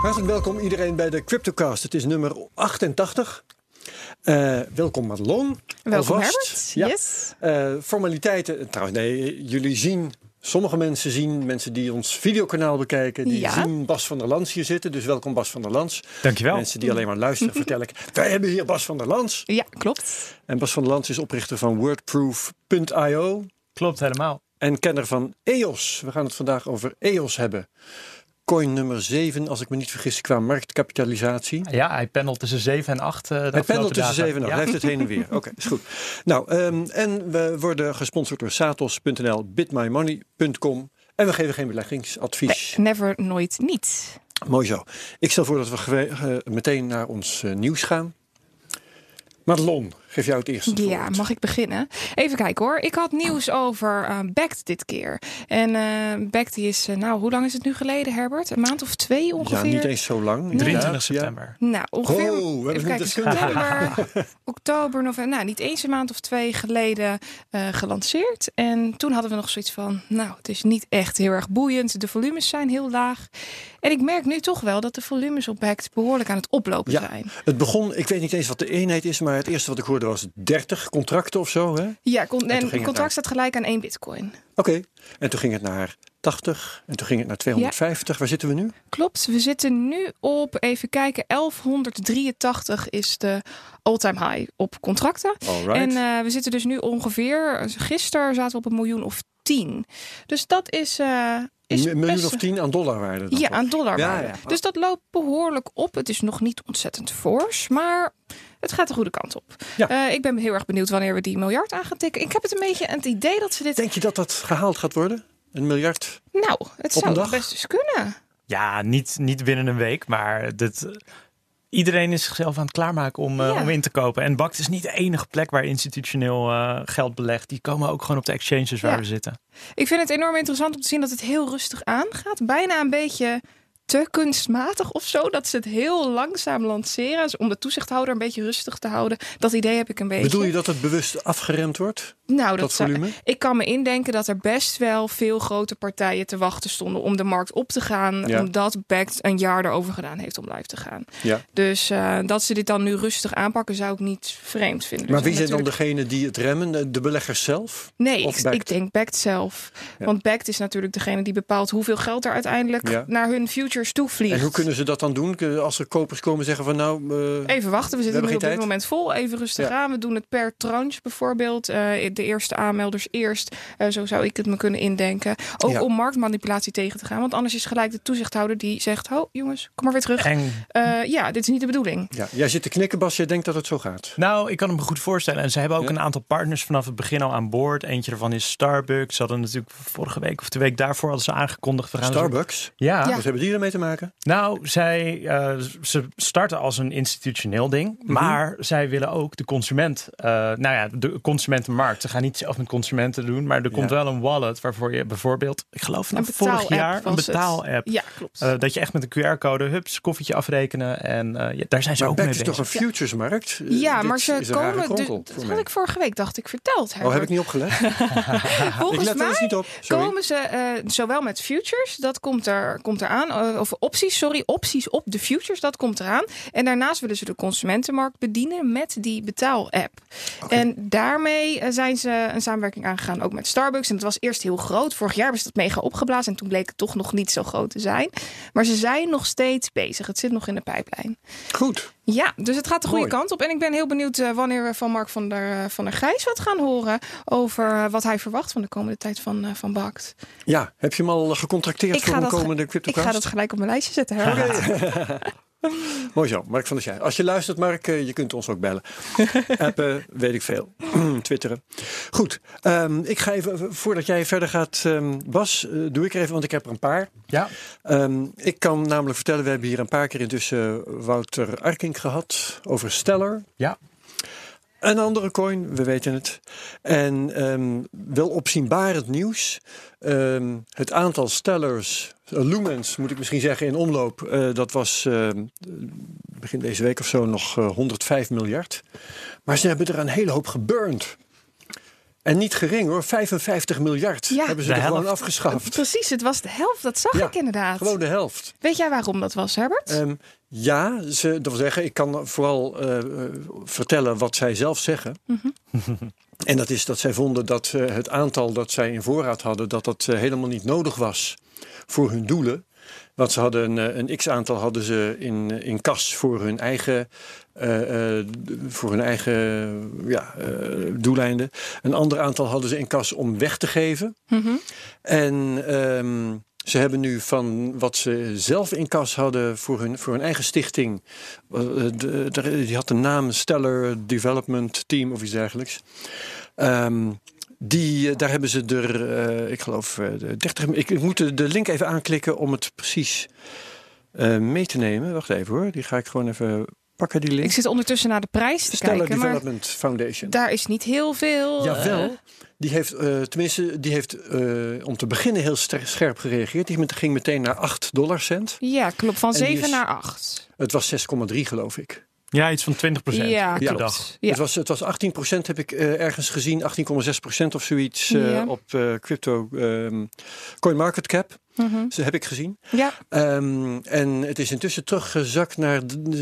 Hartelijk welkom iedereen bij de Cryptocast. Het is nummer 88. Welkom Madelon. Welkom Herbert. Ja. Yes. Formaliteiten. Trouwens, nee, jullie zien... Sommige mensen zien, mensen die ons videokanaal bekijken, die zien Bas van der Lans hier zitten. Dus welkom Bas van der Lans. Dankjewel. Mensen die alleen maar luisteren, vertel ik, wij hebben hier Bas van der Lans. Ja, klopt. En Bas van der Lans is oprichter van Wordproof.io. Klopt, helemaal. En kenner van EOS. We gaan het vandaag over EOS hebben. Coin nummer 7, als ik me niet vergis, qua marktkapitalisatie. Ja, hij pendelt tussen 7 en 8. Hij pendelt tussen 7 en 8. Hij heeft het heen en weer. Oké, is goed. Nou, en we worden gesponsord door Satos.nl, bitmymoney.com. En we geven geen beleggingsadvies. Nee, never, nooit, niet. Mooi zo. Ik stel voor dat we meteen naar ons nieuws gaan. Madelon, geef jou het eerst. Ja, mag ik beginnen? Even kijken hoor. Ik had nieuws over Bakkt dit keer. En Bakkt die is, hoe lang is het nu geleden, Herbert? Een maand of 2 ongeveer? Ja, niet eens zo lang. Nee. 23 september. Nou, ongeveer. Oh, we hebben een deskundige. September, oktober, november. Nou, niet eens een maand of 2 geleden gelanceerd. En toen hadden we nog zoiets van, het is niet echt heel erg boeiend. De volumes zijn heel laag. En ik merk nu toch wel dat de volumes op Bakkt behoorlijk aan het oplopen zijn. Het begon, ik weet niet eens wat de eenheid is, maar het eerste wat ik hoorde was 30 contracten of zo, hè? Ja, en het contract staat gelijk aan 1 bitcoin. Oké. En toen ging het naar 80 en toen ging het naar 250. Ja. Waar zitten we nu? Klopt, we zitten nu op, even kijken, 1183 is de all-time high op contracten. Alright. En we zitten dus nu ongeveer, gisteren zaten we op 1 miljoen of 10. Dus dat is... Een miljoen of 10 aan dollarwaarde? Ja, aan dollarwaarde. Ja. Dus dat loopt behoorlijk op. Het is nog niet ontzettend fors, maar het gaat de goede kant op. Ja. Ik ben heel erg benieuwd wanneer we die miljard aan gaan tikken. Ik heb het een beetje het idee dat ze dit... Denk je dat dat gehaald gaat worden? 1 miljard? Nou, het zou best eens kunnen. Ja, niet binnen een week, maar iedereen is zichzelf aan het klaarmaken om in te kopen. En Bakkt is niet de enige plek waar institutioneel geld belegt. Die komen ook gewoon op de exchanges waar we zitten. Ik vind het enorm interessant om te zien dat het heel rustig aangaat. Bijna een beetje te kunstmatig of zo. Dat ze het heel langzaam lanceren. Dus om de toezichthouder een beetje rustig te houden. Dat idee heb ik een beetje. Bedoel je dat het bewust afgeremd wordt? Nou, dat volume? Ik kan me indenken dat er best wel veel grote partijen te wachten stonden om de markt op te gaan. Ja. Omdat Bakkt een jaar erover gedaan heeft om live te gaan. Ja. Dus dat ze dit dan nu rustig aanpakken zou ik niet vreemd vinden. Maar wie zijn dan degenen die het remmen? De beleggers zelf? Nee, ik denk Bakkt zelf. Ja. Want Bakkt is natuurlijk degene die bepaalt hoeveel geld er uiteindelijk naar hun futures toe vliegt. En hoe kunnen ze dat dan doen? Als er kopers komen zeggen van even wachten, we zitten nu op dit moment vol. Even rustig aan. We doen het per tranche bijvoorbeeld. De eerste aanmelders eerst. Zo zou ik het me kunnen indenken. Ook om marktmanipulatie tegen te gaan. Want anders is gelijk de toezichthouder die zegt... jongens, kom maar weer terug. Dit is niet de bedoeling. Ja, jij zit te knikken, Bas. Jij denkt dat het zo gaat. Nou, ik kan het me goed voorstellen. En ze hebben ook een aantal partners vanaf het begin al aan boord. Eentje ervan is Starbucks. Ze hadden natuurlijk vorige week of de week daarvoor hadden ze aangekondigd. We gaan Starbucks? Ja. Wat hebben die ermee te maken? Nou, ze starten als een institutioneel ding. Maar zij willen ook de consument... de consumentenmarkt. Ze gaan niet zelf met consumenten doen. Maar er komt wel een wallet waarvoor je bijvoorbeeld... Ik geloof vanaf vorig jaar een betaal-app. Ja, klopt. Dat je echt met een QR-code, koffietje afrekenen. En daar zijn ze ook mee bezig. Maar het is toch een futuresmarkt? Ja, maar ze komen... Dat had ik vorige week, dacht ik, verteld. Herbert. Heb ik niet opgelet? Volgens mij niet op. komen ze zowel met futures, dat komt eraan. Of opties op de futures, dat komt eraan. En daarnaast willen ze de consumentenmarkt bedienen met die betaal-app. Okay. En daarmee zijn ze een samenwerking aangegaan, ook met Starbucks. En het was eerst heel groot. Vorig jaar was dat mega opgeblazen. En toen bleek het toch nog niet zo groot te zijn. Maar ze zijn nog steeds bezig. Het zit nog in de pijplijn. Goed. Ja, dus het gaat de goede kant op. En ik ben heel benieuwd wanneer we van Mark van der Gijs wat gaan horen over wat hij verwacht van de komende tijd van Bakkt. Ja, heb je hem al gecontracteerd voor een komende Cryptocast? Ik ga dat gelijk op mijn lijstje zetten. Mooi zo, Mark van der Schijf. Als je luistert, Mark, je kunt ons ook bellen. Appen, weet ik veel. Twitteren. Goed, ik ga even, voordat jij verder gaat, Bas, doe ik er even, want ik heb er een paar. Ja. Ik kan namelijk vertellen, we hebben hier een paar keer intussen Wouter Arkink gehad over Stellar. Ja. Een andere coin, we weten het. En wel opzienbarend nieuws. Het aantal stellars, lumens moet ik misschien zeggen, in omloop. Dat was begin deze week of zo nog 105 miljard. Maar ze hebben er een hele hoop geburnd. En niet gering hoor, 55 miljard hebben ze er gewoon afgeschaft. Precies, het was de helft, dat zag ik inderdaad. Gewoon de helft. Weet jij waarom dat was, Herbert? Dat wil zeggen, ik kan vooral vertellen wat zij zelf zeggen. En dat is dat zij vonden dat het aantal dat zij in voorraad hadden, dat helemaal niet nodig was voor hun doelen. Want ze hadden een x-aantal hadden ze in kas voor hun eigen doeleinden. Een ander aantal hadden ze in kas om weg te geven. En ze hebben nu van wat ze zelf in kas hadden voor hun eigen stichting. Die had de naam Stellar Development Team of iets dergelijks. Daar hebben ze er, ik geloof, 30. Ik moet de link even aanklikken om het precies mee te nemen. Wacht even hoor, die ga ik gewoon even pakken, die link. Ik zit ondertussen naar de prijs te Stellar kijken. Development Foundation. Daar is niet heel veel. Jawel. Die heeft om te beginnen heel scherp gereageerd. Die ging meteen naar $8. Ja, klopt. Van 7 naar 8. Het was 6,3 geloof ik. Ja, iets van 20%. Ja, per klopt. dag. Ja. Het was 18% heb ik ergens gezien. 18,6% of zoiets op crypto CoinMarketCap. Dat heb ik gezien. Ja. En het is intussen teruggezakt naar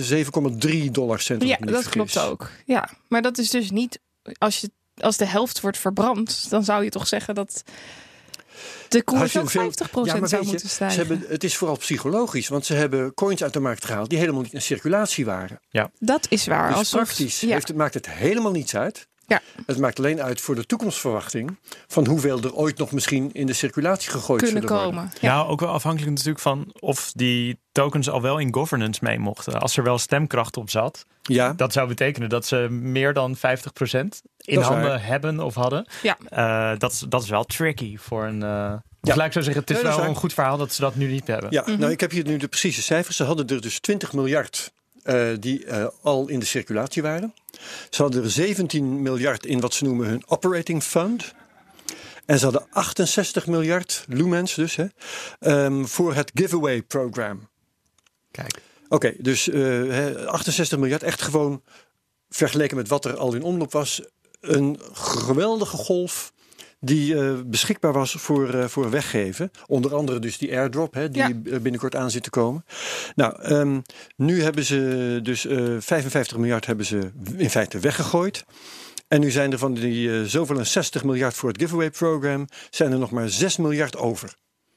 $7,3. Ja, dat klopt ook. Ja, maar dat is dus niet... Als de helft wordt verbrand, dan zou je toch zeggen dat de koers ook 50% zou moeten stijgen. Het is vooral psychologisch, want ze hebben coins uit de markt gehaald die helemaal niet in circulatie waren. Ja. Dat is waar. Dus praktisch maakt het helemaal niets uit. Ja. Het maakt alleen uit voor de toekomstverwachting van hoeveel er ooit nog misschien in de circulatie gegooid kunnen zullen komen. worden. Ja, ook wel afhankelijk natuurlijk van of die tokens al wel in governance mee mochten. Als er wel stemkracht op zat, dat zou betekenen dat ze meer dan 50% in handen hebben of hadden. Ja. Dat is wel tricky voor een... laat ik zo zeggen, het is wel een goed verhaal dat ze dat nu niet hebben. Ja, nou ik heb hier nu de precieze cijfers. Ze hadden er dus 20 miljard die al in de circulatie waren. Ze hadden er 17 miljard in wat ze noemen hun operating fund. En ze hadden 68 miljard, lumens dus, voor het giveaway program. Kijk. Oké, dus 68 miljard, echt gewoon vergeleken met wat er al in omloop was, een geweldige golf die beschikbaar was voor weggeven. Onder andere dus die airdrop, die binnenkort aan zit te komen. Nou, nu hebben ze dus 55 miljard hebben ze in feite weggegooid. En nu zijn er van die zoveel en 60 miljard voor het giveaway program, zijn er nog maar 6 miljard over.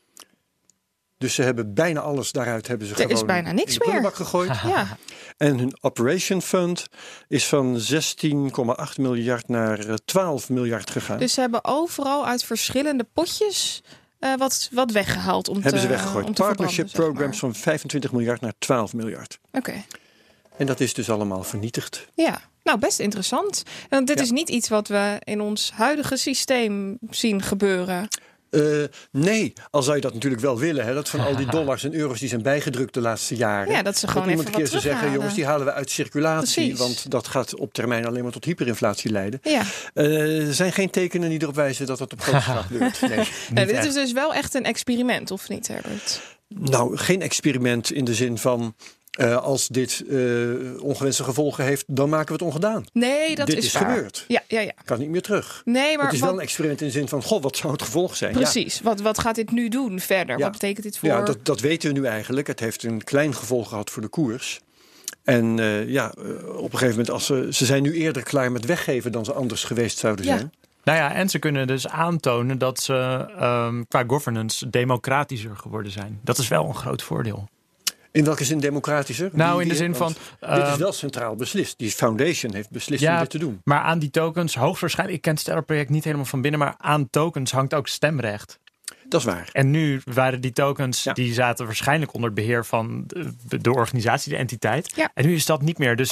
Dus ze hebben bijna alles daaruit hebben ze er gewoon is bijna niks in de prullenbak gegooid. Ja. En hun operation fund is van 16,8 miljard naar 12 miljard gegaan. Dus ze hebben overal uit verschillende potjes wat weggehaald. Hebben ze weggegooid. Partnership programs zeg maar. van 25 miljard naar 12 miljard. Oké. En dat is dus allemaal vernietigd. Ja, nou best interessant. Want dit is niet iets wat we in ons huidige systeem zien gebeuren. Nee, al zou je dat natuurlijk wel willen. Dat van al die dollars en euro's die zijn bijgedrukt de laatste jaren. Ja, dat ze gewoon iemand even een keer wat zou zeggen, jongens, die halen we uit circulatie. Precies. Want dat gaat op termijn alleen maar tot hyperinflatie leiden. Ja. Er zijn geen tekenen die erop wijzen dat dat op grote schaal gebeurt. Nee. Dit is dus wel echt een experiment, of niet, Herbert? Nou, geen experiment in de zin van als dit ongewenste gevolgen heeft, dan maken we het ongedaan. Nee, dat dit is waar. gebeurd. Ja. Kan niet meer terug. Nee, maar het is wel een experiment in de zin van, goh, wat zou het gevolg zijn? Precies. Ja. Wat gaat dit nu doen verder? Wat betekent dit voor... Ja, dat weten we nu eigenlijk. Het heeft een klein gevolg gehad voor de koers. En op een gegeven moment, ze zijn nu eerder klaar met weggeven dan ze anders geweest zouden zijn. Nou ja, en ze kunnen dus aantonen dat ze qua governance democratischer geworden zijn. Dat is wel een groot voordeel. In welke zin democratischer? Nou, in de zin van... dit is wel centraal beslist. Die foundation heeft beslist om dit te doen. Maar aan die tokens, hoogstwaarschijnlijk... Ik ken het Stellar project niet helemaal van binnen... maar aan tokens hangt ook stemrecht. Dat is waar. En nu waren die tokens, die zaten waarschijnlijk onder het beheer van de organisatie, de entiteit. Ja. En nu is dat niet meer. Dus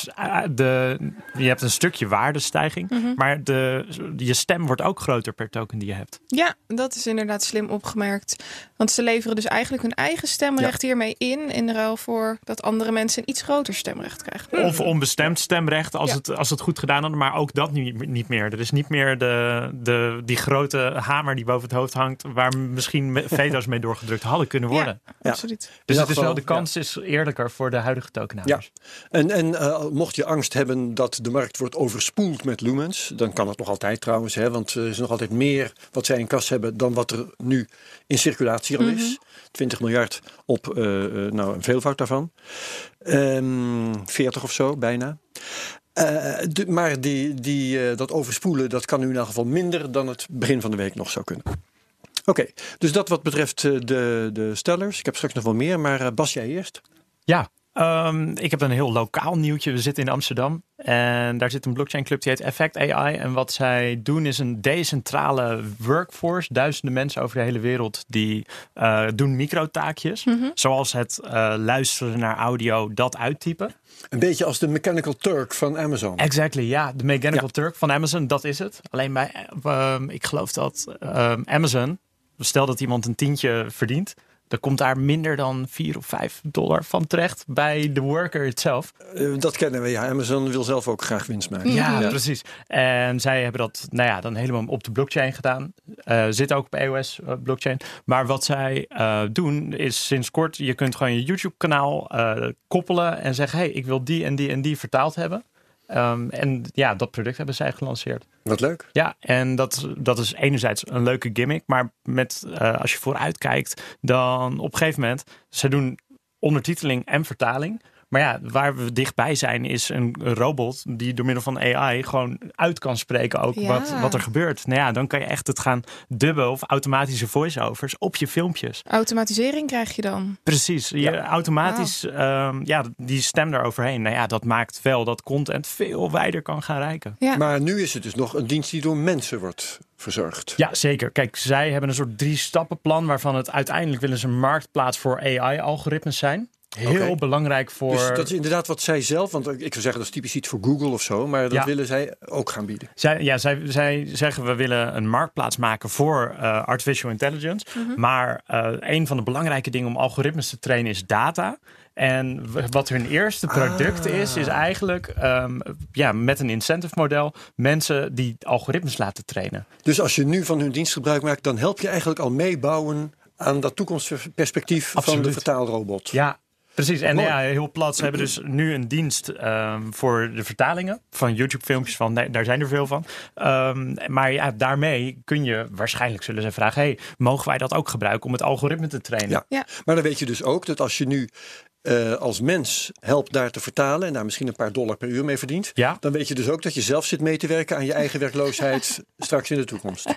je hebt een stukje waardestijging, maar je stem wordt ook groter per token die je hebt. Ja, dat is inderdaad slim opgemerkt. Want ze leveren dus eigenlijk hun eigen stemrecht hiermee in ruil voor dat andere mensen een iets groter stemrecht krijgen. Of onbestemd stemrecht als het goed gedaan hadden, maar ook dat niet meer. Er is niet meer die grote hamer die boven het hoofd hangt, waar misschien misschien veto's mee doorgedrukt hadden kunnen worden. Ja, absoluut. Dus het is wel, de kans is eerlijker voor de huidige tokenhouders. Ja. En mocht je angst hebben dat de markt wordt overspoeld met lumens, dan kan het nog altijd trouwens, hè, want er is nog altijd meer wat zij in kas hebben dan wat er nu in circulatie al is. 20 miljard op een veelvoud daarvan. 40 of zo, bijna. Maar dat overspoelen, dat kan nu in elk geval minder dan het begin van de week nog zou kunnen. Oké, dus dat wat betreft de stellers. Ik heb straks nog wel meer, maar Bas, jij eerst. Ja, ik heb een heel lokaal nieuwtje. We zitten in Amsterdam en daar zit een blockchain club die heet Effect AI. En wat zij doen is een decentrale workforce. Duizenden mensen over de hele wereld die doen microtaakjes. Zoals het luisteren naar audio, dat uittypen. Een beetje als de Mechanical Turk van Amazon. Exactly, ja. De Mechanical Turk van Amazon, dat is het. Alleen bij, ik geloof dat Amazon, stel dat iemand een tientje verdient, dan komt daar minder dan $4 of $5 van terecht bij de worker zelf. Dat kennen we, ja. Amazon wil zelf ook graag winst maken. Ja, precies. En zij hebben dat dan helemaal op de blockchain gedaan. Zit ook op EOS blockchain. Maar wat zij doen is sinds kort, je kunt gewoon je YouTube kanaal koppelen en zeggen, hey, ik wil die en die en die vertaald hebben. Dat product hebben zij gelanceerd. Wat leuk. Ja, en dat is enerzijds een leuke gimmick. Maar als je vooruit kijkt, dan op een gegeven moment, ze doen ondertiteling en vertaling. Maar ja, waar we dichtbij zijn is een robot die door middel van AI gewoon uit kan spreken ook wat er gebeurt. Nou ja, dan kan je echt het gaan dubben of automatische voice-overs op je filmpjes. Automatisering krijg je dan? Precies. Je automatisch die stem daaroverheen. Nou ja, dat maakt wel dat content veel wijder kan gaan reiken. Ja. Maar nu is het dus nog een dienst die door mensen wordt verzorgd. Ja, zeker. Kijk, zij hebben een soort 3-stappenplan waarvan het uiteindelijk willen ze een marktplaats voor AI-algoritmes zijn. Heel belangrijk voor... Dus dat is inderdaad wat zij zelf, want ik zou zeggen dat is typisch iets voor Google of zo, maar dat willen zij ook gaan bieden. Zij zeggen we willen een marktplaats maken voor artificial intelligence. Maar een van de belangrijke dingen om algoritmes te trainen is data. En wat hun eerste product is eigenlijk met een incentive model mensen die algoritmes laten trainen. Dus als je nu van hun dienst gebruik maakt, dan help je eigenlijk al meebouwen aan dat toekomstperspectief van de vertaalrobot. Ja. Precies, en heel plat. Ze hebben dus nu een dienst voor de vertalingen van YouTube-filmpjes. Daar zijn er veel van. Maar ja, daarmee kun je, waarschijnlijk zullen ze vragen, hey, mogen wij dat ook gebruiken om het algoritme te trainen? Ja. Maar dan weet je dus ook dat als je nu als mens helpt daar te vertalen en daar misschien een paar $1 per uur mee verdient, dan weet je dus ook dat je zelf zit mee te werken aan je eigen werkloosheid straks in de toekomst.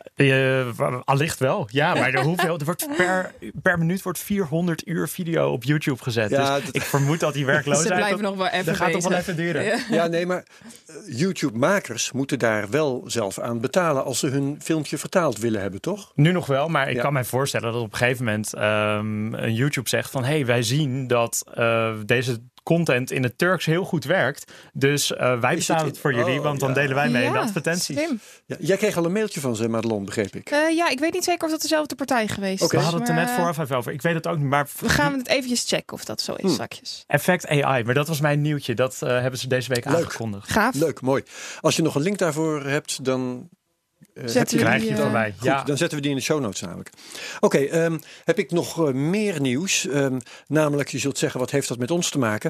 Allicht wel, ja, maar er wordt per minuut wordt 400 uur video op YouTube gezet. Ja, dus ik vermoed dat die werkloosheid... Ze blijven nog wel even dat gaat toch wel even duren. Ja, nee, maar YouTube-makers moeten daar wel zelf aan betalen als ze hun filmpje vertaald willen hebben, toch? Nu nog wel, maar ik kan mij voorstellen dat op een gegeven moment een YouTube zegt van, hey, wij zien dat deze content in het Turks heel goed werkt. Dus wij betalen het voor jullie, want dan delen wij mee in de advertenties. Slim. Ja, jij kreeg al een mailtje van ze, Madelon, begreep ik. Ik weet niet zeker of dat dezelfde partij geweest is. We hadden het er net vooraf even over. Ik weet het ook niet, maar... We gaan het eventjes checken of dat zo is straks. Effect AI, maar dat was mijn nieuwtje. Dat hebben ze deze week aangekondigd. Gaaf. Leuk, mooi. Als je nog een link daarvoor hebt, dan... krijg je het voorbij. Goed, dan zetten we die in de show notes namelijk. Oké, heb ik nog meer nieuws. Namelijk, je zult zeggen, wat heeft dat met ons te maken?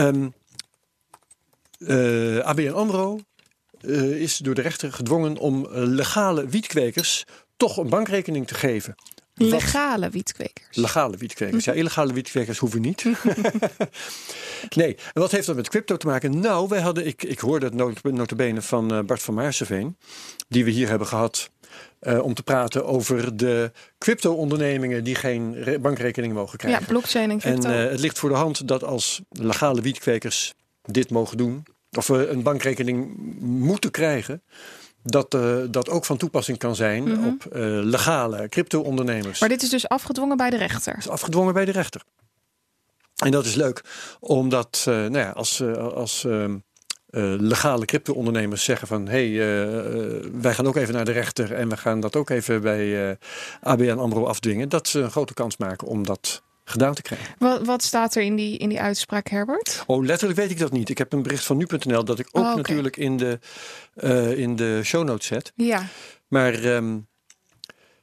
ABN AMRO is door de rechter gedwongen om legale wietkwekers toch een bankrekening te geven. Legale wietkwekers. Legale wietkwekers. Ja, illegale wietkwekers hoeven niet. Nee, en wat heeft dat met crypto te maken? Nou, wij hadden, ik hoorde het nota bene van Bart van Maarseveen, die we hier hebben gehad om te praten over de crypto-ondernemingen die geen bankrekening mogen krijgen. Ja, blockchain en crypto. En het ligt voor de hand dat als legale wietkwekers dit mogen doen, of we een bankrekening moeten krijgen, dat ook van toepassing kan zijn op legale crypto-ondernemers. Maar dit is dus afgedwongen bij de rechter? Het is afgedwongen bij de rechter. En dat is leuk, omdat als legale crypto-ondernemers zeggen van wij gaan ook even naar de rechter en we gaan dat ook even bij ABN AMRO afdwingen, dat ze een grote kans maken om dat gedaan te krijgen. Wat staat er in die uitspraak, Herbert? Oh, letterlijk weet ik dat niet. Ik heb een bericht van nu.nl dat ik ook natuurlijk in de show notes zet. Ja. Maar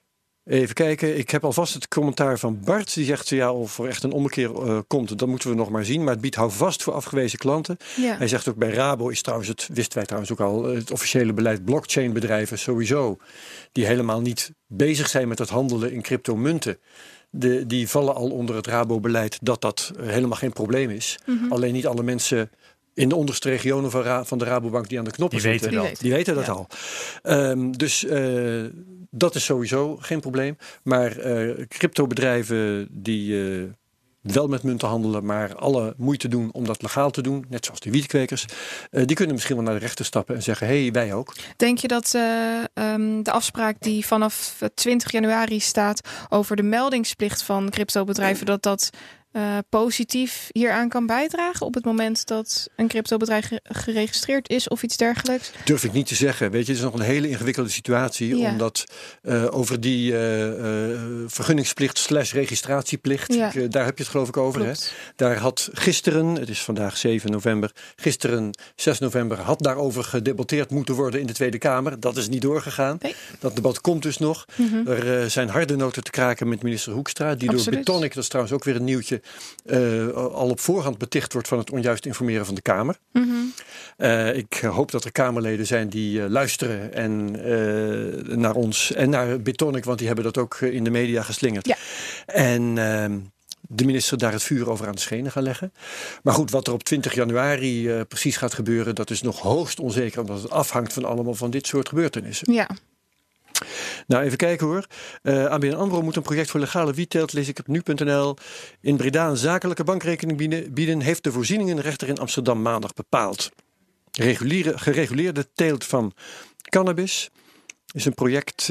Even kijken, ik heb alvast het commentaar van Bart. Die zegt, ja, of er echt een ommekeer komt, dat moeten we nog maar zien. Maar het biedt houvast voor afgewezen klanten. Ja. Hij zegt ook, bij Rabo is trouwens, wisten wij trouwens ook al, het officiële beleid blockchain-bedrijven sowieso, die helemaal niet bezig zijn met het handelen in cryptomunten. Die vallen al onder het Rabo-beleid dat helemaal geen probleem is. Alleen niet alle mensen in de onderste regionen van de Rabobank die aan de knoppen zitten, die weten dat al. Dus dat is sowieso geen probleem. Maar cryptobedrijven die wel met munten handelen, maar alle moeite doen om dat legaal te doen, net zoals de wietkwekers, die kunnen misschien wel naar de rechter stappen en zeggen, hey, wij ook. Denk je dat de afspraak die vanaf 20 januari staat over de meldingsplicht van cryptobedrijven, dat positief hieraan kan bijdragen op het moment dat een cryptobedrijf geregistreerd is of iets dergelijks? Durf ik niet te zeggen. Weet je, het is nog een hele ingewikkelde situatie. Ja. Omdat over die vergunningsplicht / registratieplicht, daar heb je het geloof ik over. Hè? Daar had gisteren, het is vandaag 7 november, gisteren 6 november had daarover gedebatteerd moeten worden in de Tweede Kamer. Dat is niet doorgegaan. Nee. Dat debat komt dus nog. Er zijn harde noten te kraken met minister Hoekstra, die door Bitonic, dat is trouwens ook weer een nieuwtje, al op voorhand beticht wordt van het onjuist informeren van de Kamer. Ik hoop dat er Kamerleden zijn die luisteren en naar ons en naar Bitonic, want die hebben dat ook in de media geslingerd. Ja. En de minister daar het vuur over aan de schenen gaan leggen. Maar goed, wat er op 20 januari precies gaat gebeuren, dat is nog hoogst onzeker, omdat het afhangt van allemaal van dit soort gebeurtenissen. Ja. Nou, even kijken hoor. ABN AMRO moet een project voor legale wietteelt, lees ik op nu.nl. In Breda een zakelijke bankrekening bieden, heeft de voorzieningenrechter in Amsterdam maandag bepaald. Gereguleerde teelt van cannabis is een project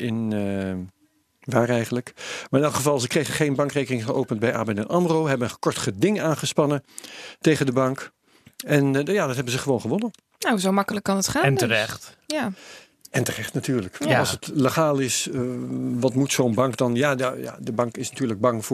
waar eigenlijk. Maar in elk geval, ze kregen geen bankrekening geopend bij ABN AMRO, hebben een kort geding aangespannen tegen de bank. En dat hebben ze gewoon gewonnen. Nou, zo makkelijk kan het gaan. En terecht. Dus. Ja. En terecht natuurlijk. Ja. Als het legaal is, wat moet zo'n bank dan? Ja, de bank is natuurlijk bang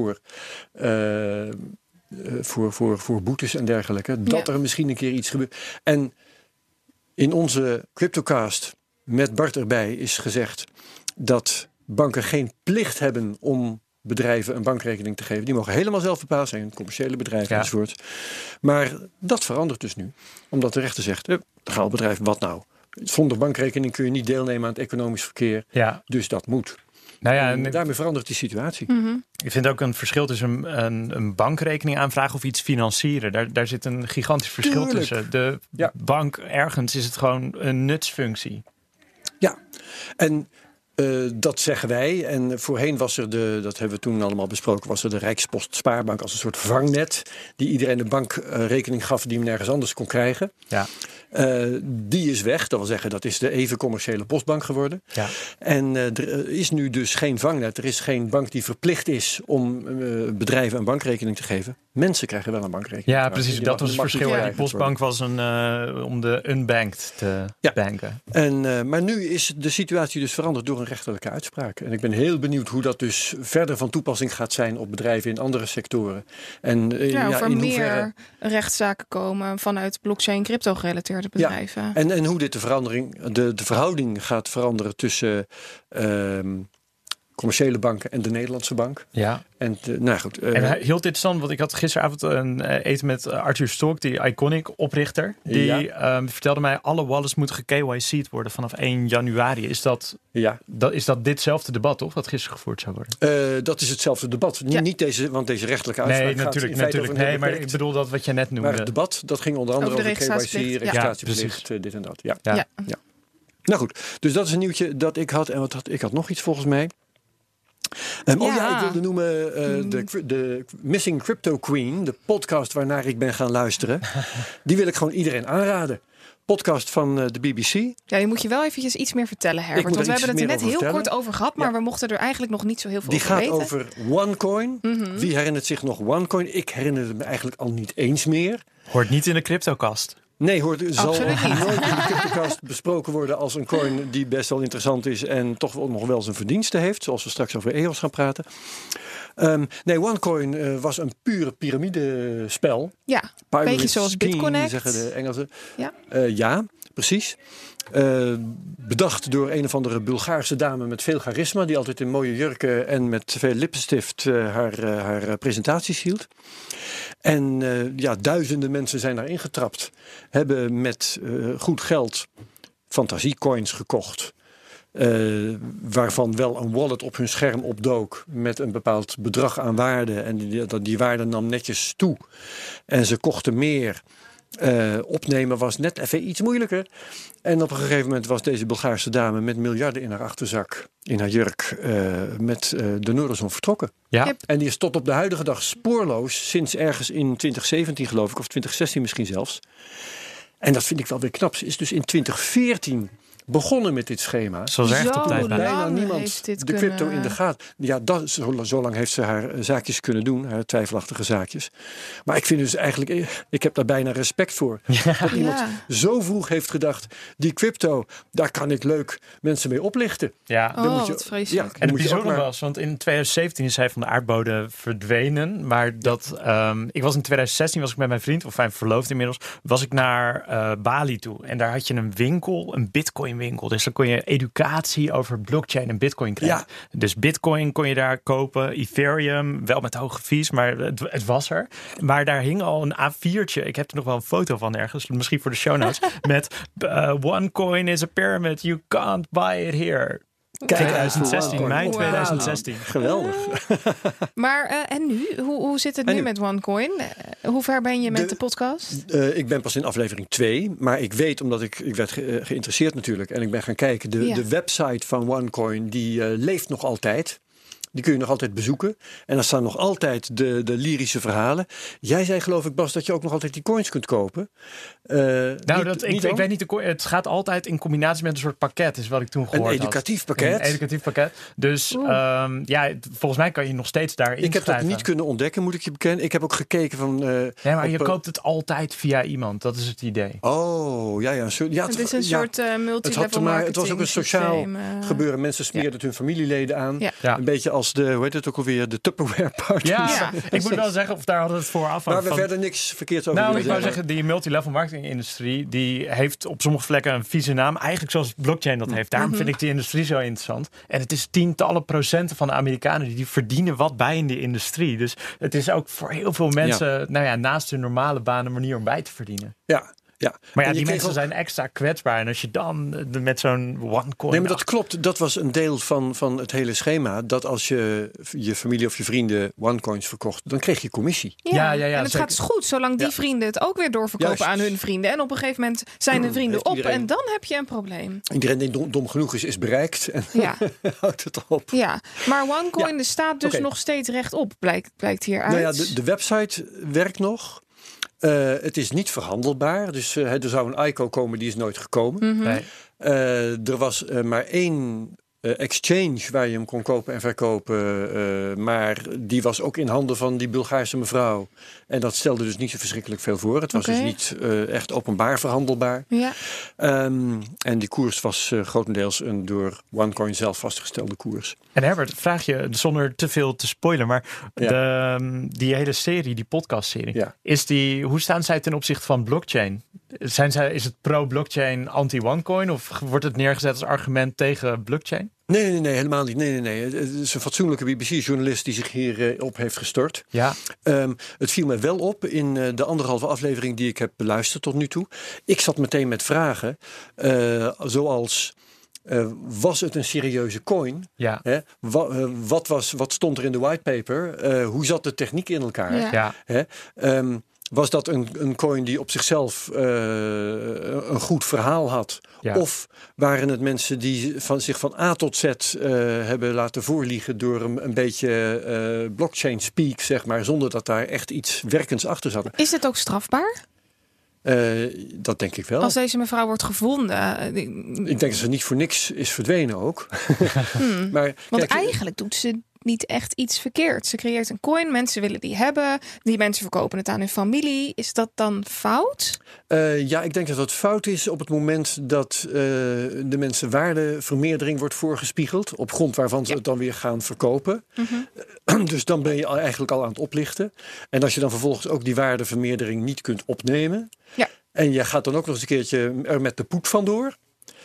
voor boetes en dergelijke. Dat er misschien een keer iets gebeurt. En in onze CryptoCast met Bart erbij is gezegd dat banken geen plicht hebben om bedrijven een bankrekening te geven. Die mogen helemaal zelf bepalen, zijn commerciële bedrijven enzovoort. Maar dat verandert dus nu. Omdat de rechter zegt, legaal bedrijf, wat nou? Zonder bankrekening kun je niet deelnemen aan het economisch verkeer. Ja. Dus dat moet. Nou ja, en daarmee verandert die situatie. Ik vind ook een verschil tussen een bankrekening aanvragen of iets financieren. Daar zit een gigantisch verschil tussen. De bank ergens is het gewoon een nutsfunctie. Ja, en dat zeggen wij. En voorheen was er dat hebben we toen allemaal besproken, was er de Rijkspost Spaarbank als een soort vangnet die iedereen een bankrekening gaf die hem nergens anders kon krijgen. Ja. Die is weg. Dat wil zeggen, dat is de even commerciële postbank geworden. Ja. En er is nu dus geen vangnet. Er is geen bank die verplicht is om bedrijven een bankrekening te geven. Mensen krijgen wel een bankrekening. Ja, precies. Dat was het verschil. Die postbank was om de unbanked te banken. Maar nu is de situatie dus veranderd door een rechterlijke uitspraak. En ik ben heel benieuwd hoe dat dus verder van toepassing gaat zijn op bedrijven in andere sectoren. En of er meer rechtszaken komen vanuit blockchain crypto gerelateerde bedrijven. Ja. En hoe dit de verhouding gaat veranderen tussen commerciële banken en de Nederlandse bank. Ja. En heel interessant, want ik had gisteravond een eten met Arthur Stork, die Iconic oprichter. Die vertelde mij, alle wallets moeten ge-KYC'd worden vanaf 1 januari. Is dat ditzelfde debat, toch? Wat gisteren gevoerd zou worden? Dat is hetzelfde debat. Ja. Niet deze, want deze rechterlijke uitspraak natuurlijk. Nee, maar ik bedoel dat wat je net noemde. Maar het debat, dat ging onder andere over KYC, registratieplicht, dit en dat. Ja. Nou goed, dus dat is een nieuwtje dat ik had. En ik had nog iets volgens mij. Ik wilde noemen de Missing Crypto Queen, de podcast waarnaar ik ben gaan luisteren. Die wil ik gewoon iedereen aanraden. Podcast van de BBC. Ja, je moet je wel eventjes iets meer vertellen, Herbert. Want we hebben het er net heel kort over gehad, maar we mochten er eigenlijk nog niet zo heel veel over weten. Die gaat over OneCoin. Wie herinnert zich nog OneCoin? Ik herinner het me eigenlijk al niet eens meer. Hoort niet in de CryptoCast. Nee, zal nooit in de CryptoCast besproken worden als een coin die best wel interessant is en toch nog wel zijn verdiensten heeft, zoals we straks over EOS gaan praten. OneCoin was een pure piramidespel. Ja, een beetje zoals BitConnect. Zeggen de Engelsen. Ja, precies. Bedacht door een of andere Bulgaarse dame met veel charisma, die altijd in mooie jurken en met veel lippenstift haar presentaties hield. En duizenden mensen zijn daar ingetrapt. Hebben met goed geld fantasiecoins gekocht. Waarvan wel een wallet op hun scherm opdook met een bepaald bedrag aan waarde. En die waarde nam netjes toe. En ze kochten meer. Opnemen was net even iets moeilijker. En op een gegeven moment was deze Bulgaarse dame met miljarden in haar achterzak, in haar jurk, met de Noorderzon vertrokken. Ja. Yep. En die is tot op de huidige dag spoorloos, sinds ergens in 2017 geloof ik, of 2016 misschien zelfs. En dat vind ik wel weer knap. Ze is dus in 2014 begonnen met dit schema. Zo is echt op tijd bij. Bijna lang niemand heeft dit de crypto kunnen- in de gaten. Ja, zo lang heeft ze haar zaakjes kunnen doen, haar twijfelachtige zaakjes. Maar ik vind dus eigenlijk, ik heb daar bijna respect voor. Dat iemand zo vroeg heeft gedacht, die crypto, daar kan ik leuk mensen mee oplichten. Ja. Dan moet je- wat vreselijk. dan En het moet je ook bijzondere maar- was, want in 2017 is hij van de aardbodem verdwenen. Maar ik was in 2016 was ik met mijn vriend, of mijn verloofd inmiddels, was ik naar Bali toe. En daar had je een winkel, een bitcoin winkel. Dus dan kon je educatie over blockchain en bitcoin krijgen. Ja. Dus bitcoin kon je daar kopen, Ethereum, wel met hoge fees, maar het was er. Maar daar hing al een A4'tje. Ik heb er nog wel een foto van ergens, misschien voor de show notes. Met one coin is a pyramid, you can't buy it here. Kijk, 2016, mei Wow. 2016. Geweldig. Maar en nu? Hoe zit het En nu nu? met OneCoin? Hoe ver ben je met De- de podcast? Ik ben pas in aflevering 2, maar ik weet, omdat ik werd geïnteresseerd natuurlijk, en ik ben gaan kijken, de website van OneCoin, die leeft nog altijd. Die kun je nog altijd bezoeken. En daar staan nog altijd de lyrische verhalen. Jij zei geloof ik, Bas, dat je ook nog altijd die coins kunt kopen. Ik weet niet, het gaat altijd in combinatie met een soort pakket, is wat ik toen gehoord Een had. educatief pakket. Een educatief pakket. Dus volgens mij kan je nog steeds daarin Ik heb dat niet kunnen ontdekken, moet ik je bekennen. Ik heb ook gekeken van... Ja, maar je op, koopt het altijd via iemand. Dat is het idee. Oh, ja. Het is een soort multilevel marketing. Het was ook een sociaal systeem, gebeuren. Mensen smeerden het hun familieleden aan. Ja. Ja. Een beetje als de, hoe heet het ook alweer, de Tupperware party. Ja, ik moet wel zeggen, of daar hadden we het vooraf Waar we van. verder niks verkeerds over Nou, willen ik wou zeggen, die multilevel marketing industrie, die heeft op sommige plekken een vieze naam. Eigenlijk zoals blockchain dat heeft. Daarom vind ik die industrie zo interessant. En het is tientallen procenten van de Amerikanen die verdienen wat bij in die industrie. Dus het is ook voor heel veel mensen, naast hun normale baan een manier om bij te verdienen. Ja. Ja. Maar ja, En je die kreeg mensen ook- zijn extra kwetsbaar. En als je dan met zo'n OneCoin... Nee, maar dat klopt. Dat was een deel van het hele schema. Dat als je familie of je vrienden OneCoins verkocht, dan kreeg je commissie. Ja, en het zeker. gaat dus goed, zolang die vrienden het ook weer doorverkopen Juist. aan hun vrienden. En op een gegeven moment zijn de vrienden heeft op iedereen- en dan heb je een probleem. Iedereen die dom genoeg is bereikt. En Ja, houdt het op. ja. Maar OneCoin Ja. staat dus Oké. nog steeds rechtop, blijkt hieruit. Nou ja, de website werkt nog. Het is niet verhandelbaar. Dus er zou een ICO komen, die is nooit gekomen. Nee. Er was maar één exchange waar je hem kon kopen en verkopen. Maar die was ook in handen van die Bulgaarse mevrouw. En dat stelde dus niet zo verschrikkelijk veel voor. Het was Oké. dus niet echt openbaar verhandelbaar. Ja. En die koers was grotendeels een door OneCoin zelf vastgestelde koers. En Herbert, vraag je zonder te veel te spoilen, maar die hele serie, die podcastserie, Ja. hoe staan zij ten opzichte van blockchain? Is het pro-blockchain, anti-OneCoin of wordt het neergezet als argument tegen blockchain? Nee, helemaal niet. Nee. Het is een fatsoenlijke BBC-journalist die zich hierop heeft gestort. Ja. Het viel mij wel op in de 1,5 aflevering die ik heb beluisterd tot nu toe. Ik zat meteen met vragen zoals... was het een serieuze coin? Ja. Hè? Wat stond er in de whitepaper? Hoe zat de techniek in elkaar? Ja. Ja. Hè? Was dat een coin die op zichzelf een goed verhaal had? Ja. Of waren het mensen die zich van A tot Z hebben laten voorliegen door een beetje blockchain speak, zeg maar, zonder dat daar echt iets werkends achter zat? Is het ook strafbaar? Dat denk ik wel. Als deze mevrouw wordt gevonden. Ik denk dat ze niet voor niks is verdwenen ook. Maar Want kijk, eigenlijk doet ze niet echt iets verkeerd. Ze creëert een coin, mensen willen die hebben. Die mensen verkopen het aan hun familie. Is dat dan fout? ja, ik denk dat dat fout is op het moment dat de mensen waardevermeerdering wordt voorgespiegeld. Op grond waarvan ze het dan weer gaan verkopen. Dus dan ben je eigenlijk al aan het oplichten. En als je dan vervolgens ook die waardevermeerdering niet kunt opnemen. Ja. En je gaat dan ook nog eens een keertje er met de poet vandoor.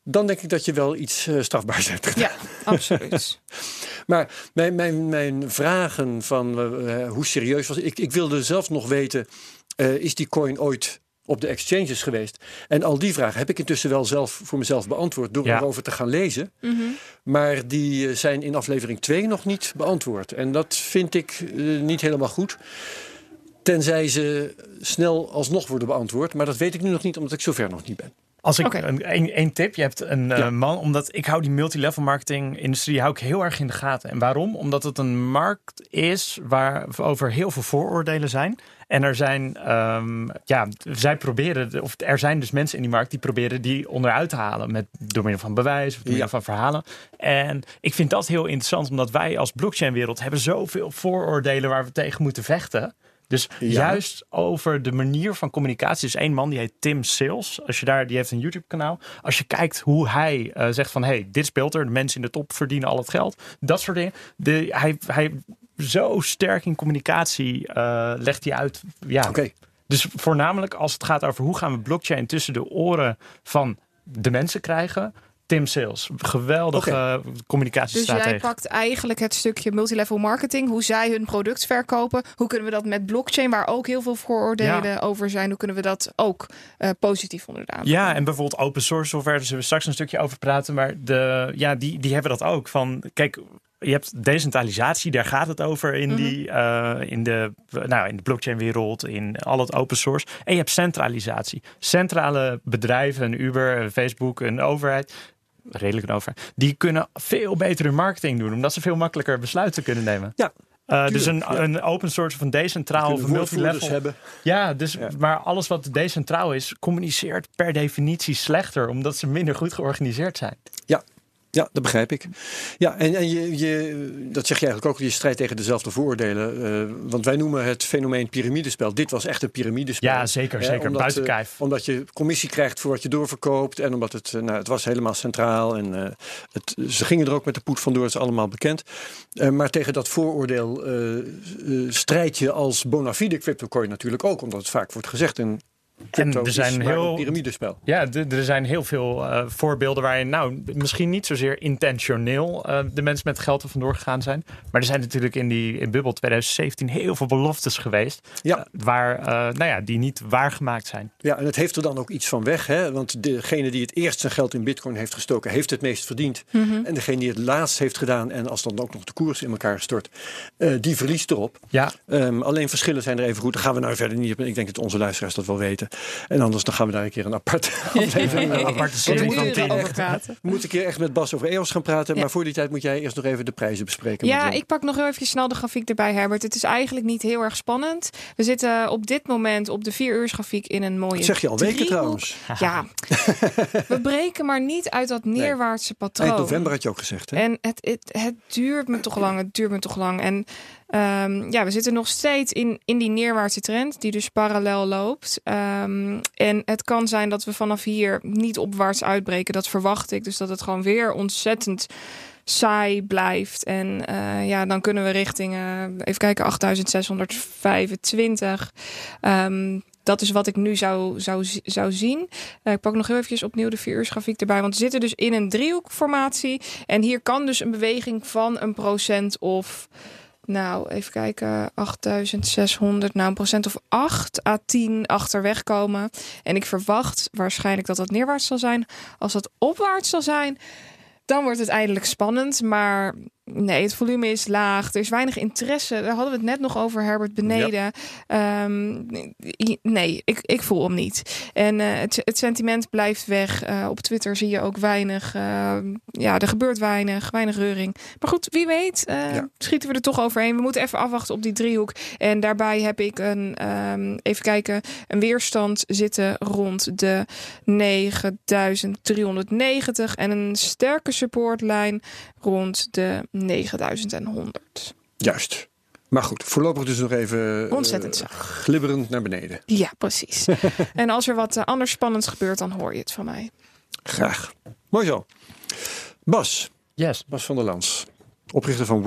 dan denk ik dat je wel iets strafbaars hebt gedaan. Ja, absoluut. Maar mijn vragen van hoe serieus was... Ik wilde zelf nog weten, is die coin ooit op de exchanges geweest? En al die vragen heb ik intussen wel zelf voor mezelf beantwoord door erover te gaan lezen. Mm-hmm. Maar die zijn in aflevering 2 nog niet beantwoord. En dat vind ik niet helemaal goed. Tenzij ze snel alsnog worden beantwoord. Maar dat weet ik nu nog niet, omdat ik zover nog niet ben. Als ik een tip, je hebt een man, omdat ik hou die multilevel marketing industrie hou ik heel erg in de gaten. En waarom? Omdat het een markt is waar over heel veel vooroordelen zijn. En er zijn, zij proberen, of er zijn dus mensen in die markt die proberen die onderuit te halen door middel van bewijs of door middel van verhalen. En ik vind dat heel interessant, omdat wij als blockchain-wereld hebben zoveel vooroordelen waar we tegen moeten vechten. Dus juist over de manier van communicatie. Dus één man die heet Tim Sales. Die heeft een YouTube kanaal. Als je kijkt hoe hij zegt van dit speelt er. De mensen in de top verdienen al het geld. Dat soort dingen. Hij zo sterk in communicatie legt hij uit. Ja. Okay. Dus voornamelijk als het gaat over hoe gaan we blockchain tussen de oren van de mensen krijgen. Tim Sales, geweldige communicatiestratege. Dus jij pakt eigenlijk het stukje multilevel marketing, hoe zij hun product verkopen. Hoe kunnen we dat met blockchain, waar ook heel veel vooroordelen over zijn, hoe kunnen we dat ook positief onder de aandacht? Ja, en bijvoorbeeld open source software, daar zullen we straks een stukje over praten. Maar die hebben dat ook. Van, kijk, je hebt decentralisatie, daar gaat het over in de blockchain-wereld, in al het open source. En je hebt centralisatie. Centrale bedrijven, een Uber, een Facebook, een overheid, redelijk een overheid, die kunnen veel beter hun marketing doen, omdat ze veel makkelijker besluiten kunnen nemen. Ja. Dus een open source of een decentraal of een multilevel hebben. Ja, maar alles wat decentraal is, communiceert per definitie slechter, omdat ze minder goed georganiseerd zijn. Ja, dat begrijp ik. Ja, en dat zeg je eigenlijk ook, je strijdt tegen dezelfde vooroordelen. Want wij noemen het fenomeen piramidespel. Dit was echt een piramidespel. Ja, zeker. Buiten kijf. Omdat je commissie krijgt voor wat je doorverkoopt. En omdat het was helemaal centraal. En ze gingen er ook met de poet vandoor, dat is allemaal bekend. Maar tegen dat vooroordeel strijd je als bona fide cryptocoin natuurlijk ook. Omdat het vaak wordt gezegd in crypto en er zijn een piramidespel. Ja, er zijn heel veel voorbeelden waarin misschien niet zozeer intentioneel de mensen met geld er vandoor gegaan zijn. Maar er zijn natuurlijk in bubbel 2017 heel veel beloftes geweest. Ja. Die niet waargemaakt zijn. Ja, en het heeft er dan ook iets van weg. Hè? Want degene die het eerst zijn geld in bitcoin heeft gestoken, heeft het meest verdiend. Mm-hmm. En degene die het laatst heeft gedaan, en als dan ook nog de koers in elkaar stort, die verliest erop. Ja. Alleen verschillen zijn er even goed. Daar gaan we verder niet op. Ik denk dat onze luisteraars dat wel weten. En anders dan gaan we daar een keer een aparte aflevering over praten. We moeten een keer echt met Bas over EOS gaan praten. Ja. Maar voor die tijd moet jij eerst nog even de prijzen bespreken. Ja, ik pak nog heel even snel de grafiek erbij, Herbert. Het is eigenlijk niet heel erg spannend. We zitten op dit moment op de 4-uursgrafiek in een mooie. Dat zeg je al weken trouwens. Ja, we breken maar niet uit dat neerwaartse patroon. Eind november had je ook gezegd. Hè? En het duurt me toch lang. En we zitten nog steeds in die neerwaartse trend die dus parallel loopt. En het kan zijn dat we vanaf hier niet opwaarts uitbreken. Dat verwacht ik. Dus dat het gewoon weer ontzettend saai blijft. En dan kunnen we richting, even kijken, 8625. Dat is wat ik nu zou zien. Ik pak nog heel eventjes opnieuw de 4-uursgrafiek erbij. Want we zitten dus in een driehoekformatie. En hier kan dus een beweging van 1% of... even kijken, 8600, een procent of 8 à 10 achterweg komen. En ik verwacht waarschijnlijk dat dat neerwaarts zal zijn. Als dat opwaarts zal zijn, dan wordt het eindelijk spannend. Maar nee, het volume is laag. Er is weinig interesse. Daar hadden we het net nog over, Herbert, beneden. Ja. Nee, ik voel hem niet. En het sentiment blijft weg. Op Twitter zie je ook weinig. Er gebeurt weinig reuring. Maar goed, wie weet schieten we er toch overheen. We moeten even afwachten op die driehoek. En daarbij heb ik een weerstand zitten rond de 9390. En een sterke supportlijn rond de 9100. Juist. Maar goed, voorlopig dus nog even ontzettend zacht. Glibberend naar beneden. Ja, precies. En als er wat anders spannends gebeurt, dan hoor je het van mij. Graag. Mooi zo. Bas. Yes. Bas van der Lans. Oprichter van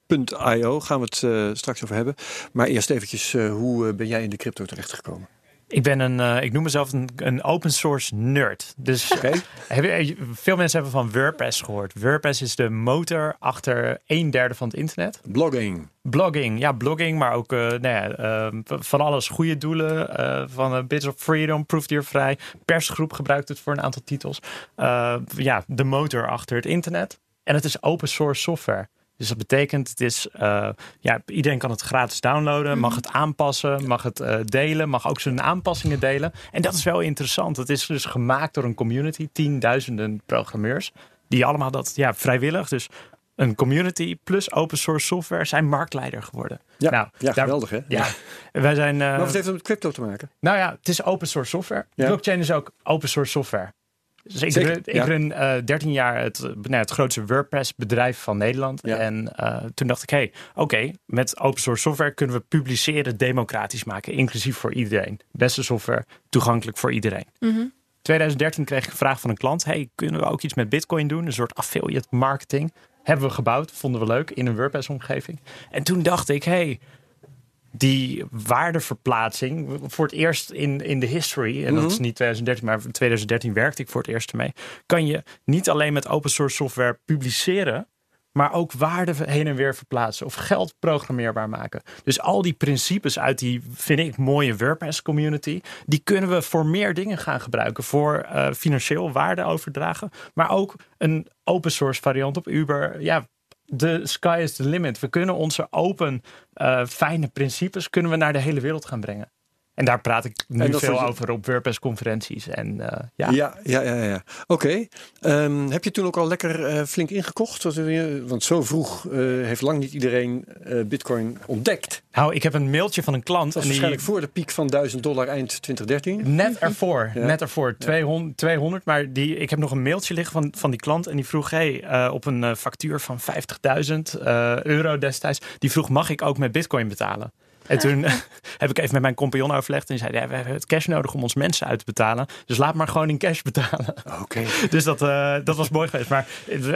Wordproof.io. Gaan we het straks over hebben. Maar eerst eventjes, hoe ben jij in de crypto terechtgekomen? Ik noem mezelf een open source nerd. Dus veel mensen hebben van WordPress gehoord. WordPress is de motor achter 1/3 van het internet. Blogging, maar ook van alles. Goede doelen, van Bits of Freedom, proefdiervrij. Persgroep gebruikt het voor een aantal titels. De motor achter het internet. En het is open source software. Dus dat betekent, het is, iedereen kan het gratis downloaden, mag het aanpassen, mag het delen, mag ook zijn aanpassingen delen. En dat is wel interessant. Het is dus gemaakt door een community, 10.000 programmeurs, die allemaal dat vrijwillig, dus een community plus open source software zijn marktleider geworden. Geweldig hè? Ja. Wij zijn, maar wat heeft het met crypto te maken? Nou ja, het is open source software. Ja. Blockchain is ook open source software. Dus ik run 13 jaar het grootste WordPress bedrijf van Nederland. Ja. En toen dacht ik, met open source software kunnen we publiceren democratisch maken. Inclusief voor iedereen. Beste software, toegankelijk voor iedereen. 2013 kreeg ik een vraag van een klant. Kunnen we ook iets met Bitcoin doen? Een soort affiliate marketing. Hebben we gebouwd, vonden we leuk in een WordPress omgeving. En toen dacht ik, die waardeverplaatsing voor het eerst in de history, en dat is niet 2013, maar in 2013 werkte ik voor het eerst ermee, kan je niet alleen met open source software publiceren, maar ook waarde heen en weer verplaatsen of geld programmeerbaar maken. Dus al die principes uit die, vind ik, mooie WordPress community, die kunnen we voor meer dingen gaan gebruiken. Voor financieel waarde overdragen, maar ook een open source variant op Uber. De sky is the limit. We kunnen onze open, fijne principes kunnen we naar de hele wereld gaan brengen. En daar praat ik nu veel over op WordPress-conferenties. Ja. Oké. Heb je toen ook al lekker flink ingekocht? Want zo vroeg heeft lang niet iedereen Bitcoin ontdekt. Nou, ik heb een mailtje van een klant. Dat was waarschijnlijk voor de piek van $1000 eind 2013. Net ervoor. 200. Maar ik heb nog een mailtje liggen van die klant. En die vroeg, op een factuur van €50.000 destijds. Die vroeg, mag ik ook met Bitcoin betalen? En toen heb ik even met mijn compagnon overlegd. En die zei, we hebben het cash nodig om ons mensen uit te betalen. Dus laat maar gewoon in cash betalen. Oké. Dus dat was mooi geweest. Maar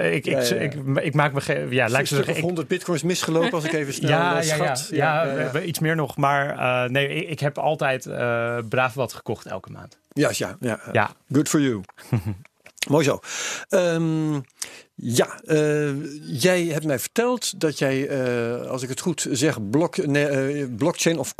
ik maak me... lijkt me 100 bitcoins misgelopen als ik even snel schat. Iets meer nog. Maar ik heb altijd braaf wat gekocht elke maand. Ja. Good for you. Mooi zo. Jij hebt mij verteld dat jij, als ik het goed zeg, blockchain of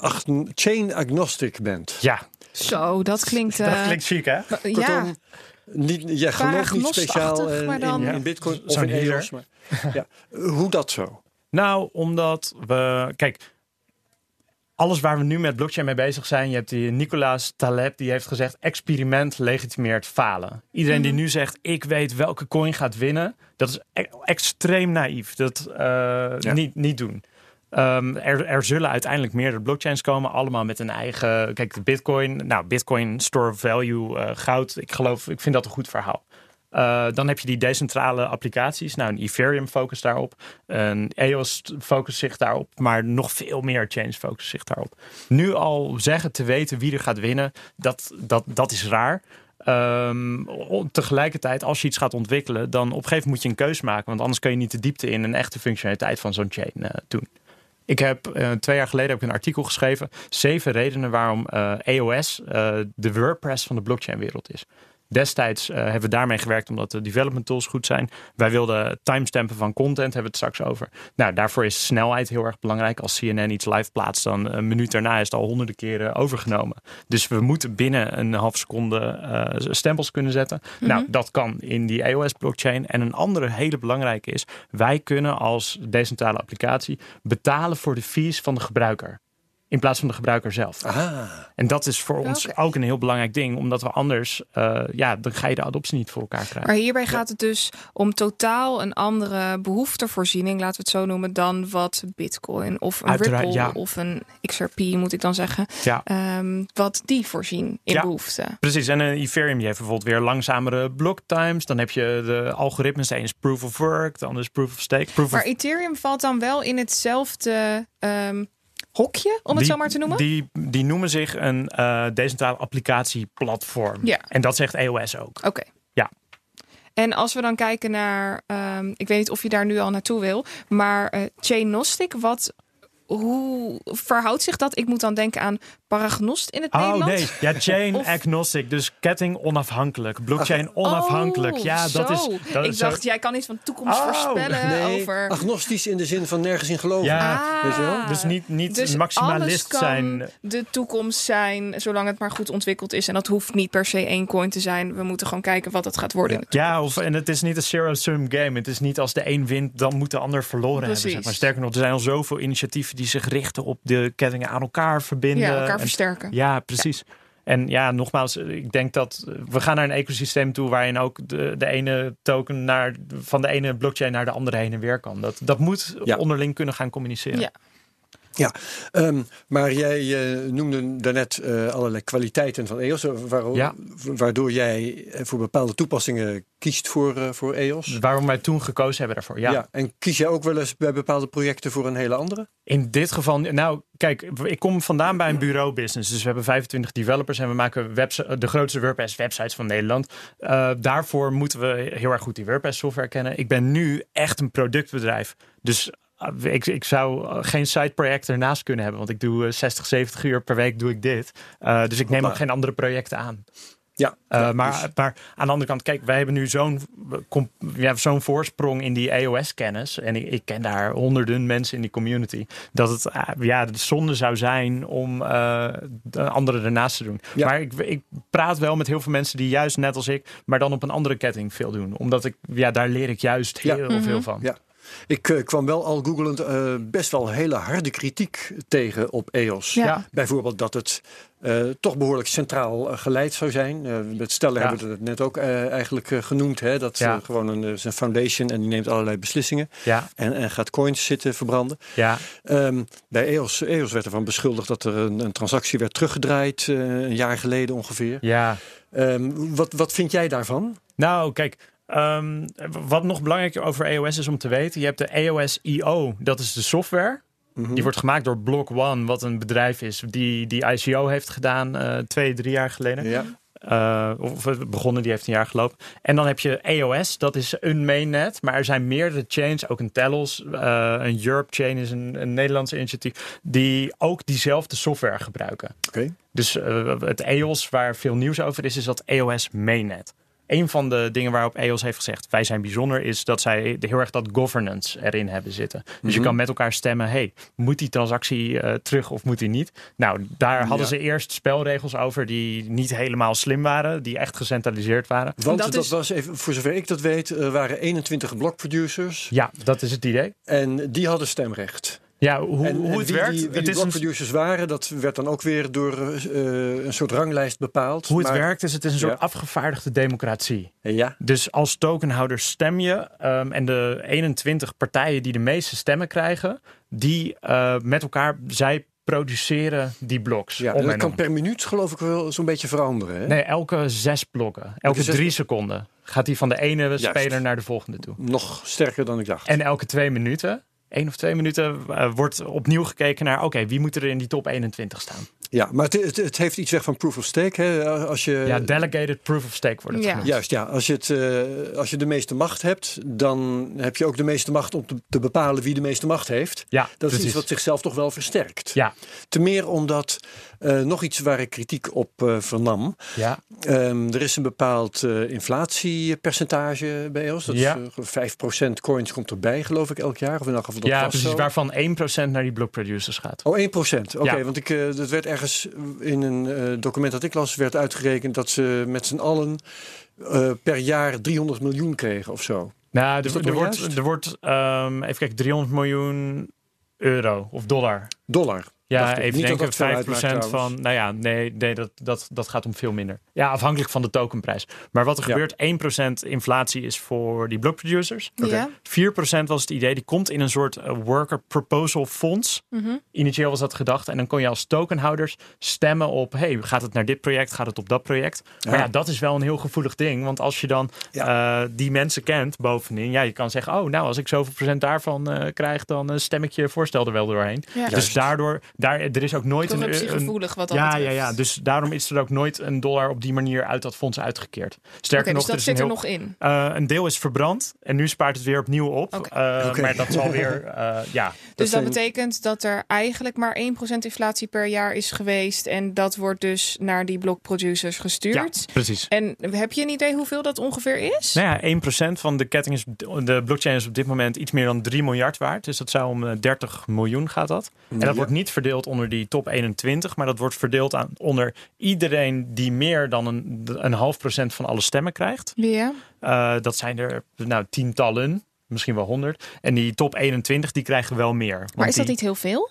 chain agnostic bent. Ja. Zo, dat klinkt... Dat klinkt chic, hè? Kortom, jij gelooft niet speciaal in Bitcoin of in EOS. Maar, hoe dat zo? Nou, omdat we... Kijk, alles waar we nu met blockchain mee bezig zijn. Je hebt die Nicolas Taleb, die heeft gezegd, experiment legitimeert falen. Iedereen die nu zegt, ik weet welke coin gaat winnen. Dat is extreem naïef. Dat niet doen. Er zullen uiteindelijk meerdere blockchains komen. Allemaal met een eigen... Kijk, de Bitcoin. Nou, Bitcoin, store of value, goud. Ik vind dat een goed verhaal. Dan heb je die decentrale applicaties. Nou, een Ethereum focust daarop. Een EOS focust zich daarop. Maar nog veel meer chains focust zich daarop. Nu al zeggen te weten wie er gaat winnen, dat is raar. Tegelijkertijd, als je iets gaat ontwikkelen, dan op een gegeven moment moet je een keus maken. Want anders kan je niet de diepte in een echte functionaliteit van zo'n chain doen. Ik heb 2 jaar geleden een artikel geschreven. 7 redenen waarom EOS de WordPress van de blockchain-wereld is. Destijds hebben we daarmee gewerkt omdat de development tools goed zijn. Wij wilden timestampen van content, hebben we het straks over. Nou, daarvoor is snelheid heel erg belangrijk. Als CNN iets live plaatst, dan een minuut daarna is het al honderden keren overgenomen. Dus we moeten binnen een half seconde stempels kunnen zetten. Nou, dat kan in die EOS-blockchain. En een andere hele belangrijke is, wij kunnen als decentrale applicatie betalen voor de fees van de gebruiker. In plaats van de gebruiker zelf. Aha. En dat is voor ons ook een heel belangrijk ding. Omdat we anders, dan ga je de adoptie niet voor elkaar krijgen. Maar hierbij gaat het dus om totaal een andere behoeftevoorziening, laten we het zo noemen, dan wat Bitcoin of een Ripple of een XRP, moet ik dan zeggen. Ja. Wat die voorzien in behoefte. Precies. En een Ethereum, die heeft bijvoorbeeld weer langzamere blocktimes. Dan heb je de algoritmes. De een is proof of work, de ander is proof of stake. Maar Ethereum valt dan wel in hetzelfde hokje, om het zo maar te noemen? Die noemen zich een decentrale applicatieplatform. Ja. En dat zegt EOS ook. Oké. Ja. En als we dan kijken naar, ik weet niet of je daar nu al naartoe wil, maar Chainagnostic, hoe verhoudt zich dat? Ik moet dan denken aan paragnost in het Nederlands. Nee, ja, chain agnostic, dus ketting onafhankelijk, blockchain onafhankelijk. Ja, dat is. Ik dacht, jij kan iets van toekomst voorspellen. Nee, over... agnostisch in de zin van nergens in geloven. Ja, weet je wel? Dus niet dus maximalist alles kan zijn. de toekomst zijn, zolang het maar goed ontwikkeld is. En dat hoeft niet per se één coin te zijn. We moeten gewoon kijken wat het gaat worden. Ja, en het is niet een zero-sum game. Het is niet als de een wint, dan moet de ander verloren hebben. Zeg maar. Sterker nog, er zijn al zoveel initiatieven die zich richten op de kettingen aan elkaar verbinden. Ja, elkaar versterken. Ja, precies. Ja. En ja, nogmaals, ik denk dat we gaan naar een ecosysteem toe waarin ook de ene token van de ene blockchain naar de andere heen en weer kan. Dat moet onderling kunnen gaan communiceren. Ja. Ja, maar jij noemde daarnet allerlei kwaliteiten van EOS, waardoor jij voor bepaalde toepassingen kiest voor EOS. Waarom wij toen gekozen hebben daarvoor, ja. En kies jij ook wel eens bij bepaalde projecten voor een hele andere? In dit geval, nou kijk, ik kom vandaan bij een bureaubusiness. Dus we hebben 25 developers en we maken de grootste WordPress websites van Nederland. Daarvoor moeten we heel erg goed die WordPress software kennen. Ik ben nu echt een productbedrijf. Dus ik zou geen sideproject ernaast kunnen hebben. Want ik doe 60, 70 uur per week doe ik dit. Dus ik neem ook geen andere projecten aan. Ja, maar aan de andere kant, kijk, wij hebben nu zo'n voorsprong in die EOS-kennis. En ik ken daar honderden mensen in die community. Dat het de zonde zou zijn om de anderen ernaast te doen. Ja. Maar ik praat wel met heel veel mensen die juist net als ik, maar dan op een andere ketting veel doen. Omdat daar leer ik juist heel veel van. Ja. Ik kwam wel al googelend best wel hele harde kritiek tegen op EOS. Ja. Bijvoorbeeld dat het toch behoorlijk centraal geleid zou zijn. Met Stellar hebben we het net ook eigenlijk genoemd. Hè? Dat gewoon een foundation en die neemt allerlei beslissingen. Ja. En gaat coins zitten verbranden. Ja. Bij EOS werd ervan beschuldigd dat er een transactie werd teruggedraaid. Een jaar geleden ongeveer. Ja. Wat vind jij daarvan? Nou, kijk. Wat nog belangrijker over EOS is om te weten. Je hebt de EOS IO, dat is de software. Mm-hmm. Die wordt gemaakt door Block One, wat een bedrijf is die ICO heeft gedaan 2-3 jaar geleden. Ja. Die heeft een jaar gelopen. En dan heb je EOS, dat is een mainnet. Maar er zijn meerdere chains, ook een Telos. Een Europe Chain is een Nederlandse initiatief. Die ook diezelfde software gebruiken. Okay. Dus het EOS, waar veel nieuws over is dat EOS mainnet. Een van de dingen waarop EOS heeft gezegd, wij zijn bijzonder, is dat zij heel erg dat governance erin hebben zitten. Dus je kan met elkaar stemmen, moet die transactie terug of moet die niet? Nou, daar hadden ze eerst spelregels over die niet helemaal slim waren, die echt gecentraliseerd waren. Want dat was even, voor zover ik dat weet, waren 21 blockproducers. Ja, dat is het idee. En die hadden stemrecht. Ja, hoe het werkt. Wie die blockproducers waren, dat werd dan ook weer door een soort ranglijst bepaald. Hoe het werkt is, het is een soort afgevaardigde democratie. Ja. Dus als tokenhouder stem je en de 21 partijen die de meeste stemmen krijgen, die met elkaar, zij produceren die bloks. Ja, dat kan per minuut geloof ik wel zo'n beetje veranderen. Hè? Nee, elke 6 blokken. Elke 3 seconden gaat die van de ene speler naar de volgende toe. Nog sterker dan ik dacht. En elke 2 minuten... 1 of 2 minuten wordt opnieuw gekeken naar wie moet er in die top 21 staan. Ja, maar het heeft iets weg van proof of stake. Hè? Als je, delegated proof of stake wordt het genoemd. Juist, ja. Als je de meeste macht hebt, dan heb je ook de meeste macht om te bepalen wie de meeste macht heeft. Ja, dat is iets wat zichzelf toch wel versterkt. Ja. Te meer omdat, nog iets waar ik kritiek op vernam. Ja. Er is een bepaald inflatiepercentage bij EOS. Dat is 5% coins komt erbij, geloof ik, elk jaar. Of in elk geval dat precies. Zo. Waarvan 1% naar die block producers gaat. Oh, 1%. Oké, want dat werd ergens in een document dat ik las, werd uitgerekend dat ze met z'n allen per jaar 300 miljoen kregen of zo. Nou, er wordt even kijken, 300 miljoen euro of dollar. Ja, even niet denken, 5% van... Nou ja, nee dat gaat om veel minder. Ja, afhankelijk van de tokenprijs. Maar wat er gebeurt, 1% inflatie is voor die block producers. Okay. 4% was het idee, die komt in een soort worker proposal fonds. Mm-hmm. Initieel was dat gedacht. En dan kon je als tokenhouders stemmen op... gaat het naar dit project, gaat het op dat project? Ja. Maar dat is wel een heel gevoelig ding. Want als je dan die mensen kent bovenin... je kan zeggen, als ik zoveel procent daarvan krijg... dan stem ik je voorstel er wel doorheen. Ja. Dus er is ook nooit corruptiegevoelig wat dat ja, betreft. ja. Dus daarom is er ook nooit $1 op die manier uit dat fonds uitgekeerd. Sterker nog, dus dat zit er nog in. Een deel is verbrand en nu spaart het weer opnieuw op. Maar dat zal weer, Dus dat betekent dat er eigenlijk maar 1% inflatie per jaar is geweest. En dat wordt dus naar die blockproducers gestuurd. Ja, precies. En heb je een idee hoeveel dat ongeveer is? Nou ja, 1% van de ketting is, de blockchain is op dit moment iets meer dan 3 miljard waard. Dus dat zou om 30 miljoen gaat dat. En dat wordt niet verdeeld onder die top 21, maar dat wordt verdeeld onder iedereen die meer dan een half procent van alle stemmen krijgt. Ja. Dat zijn er tientallen, misschien wel 100. En die top 21 die krijgen wel meer. Maar is dat niet heel veel?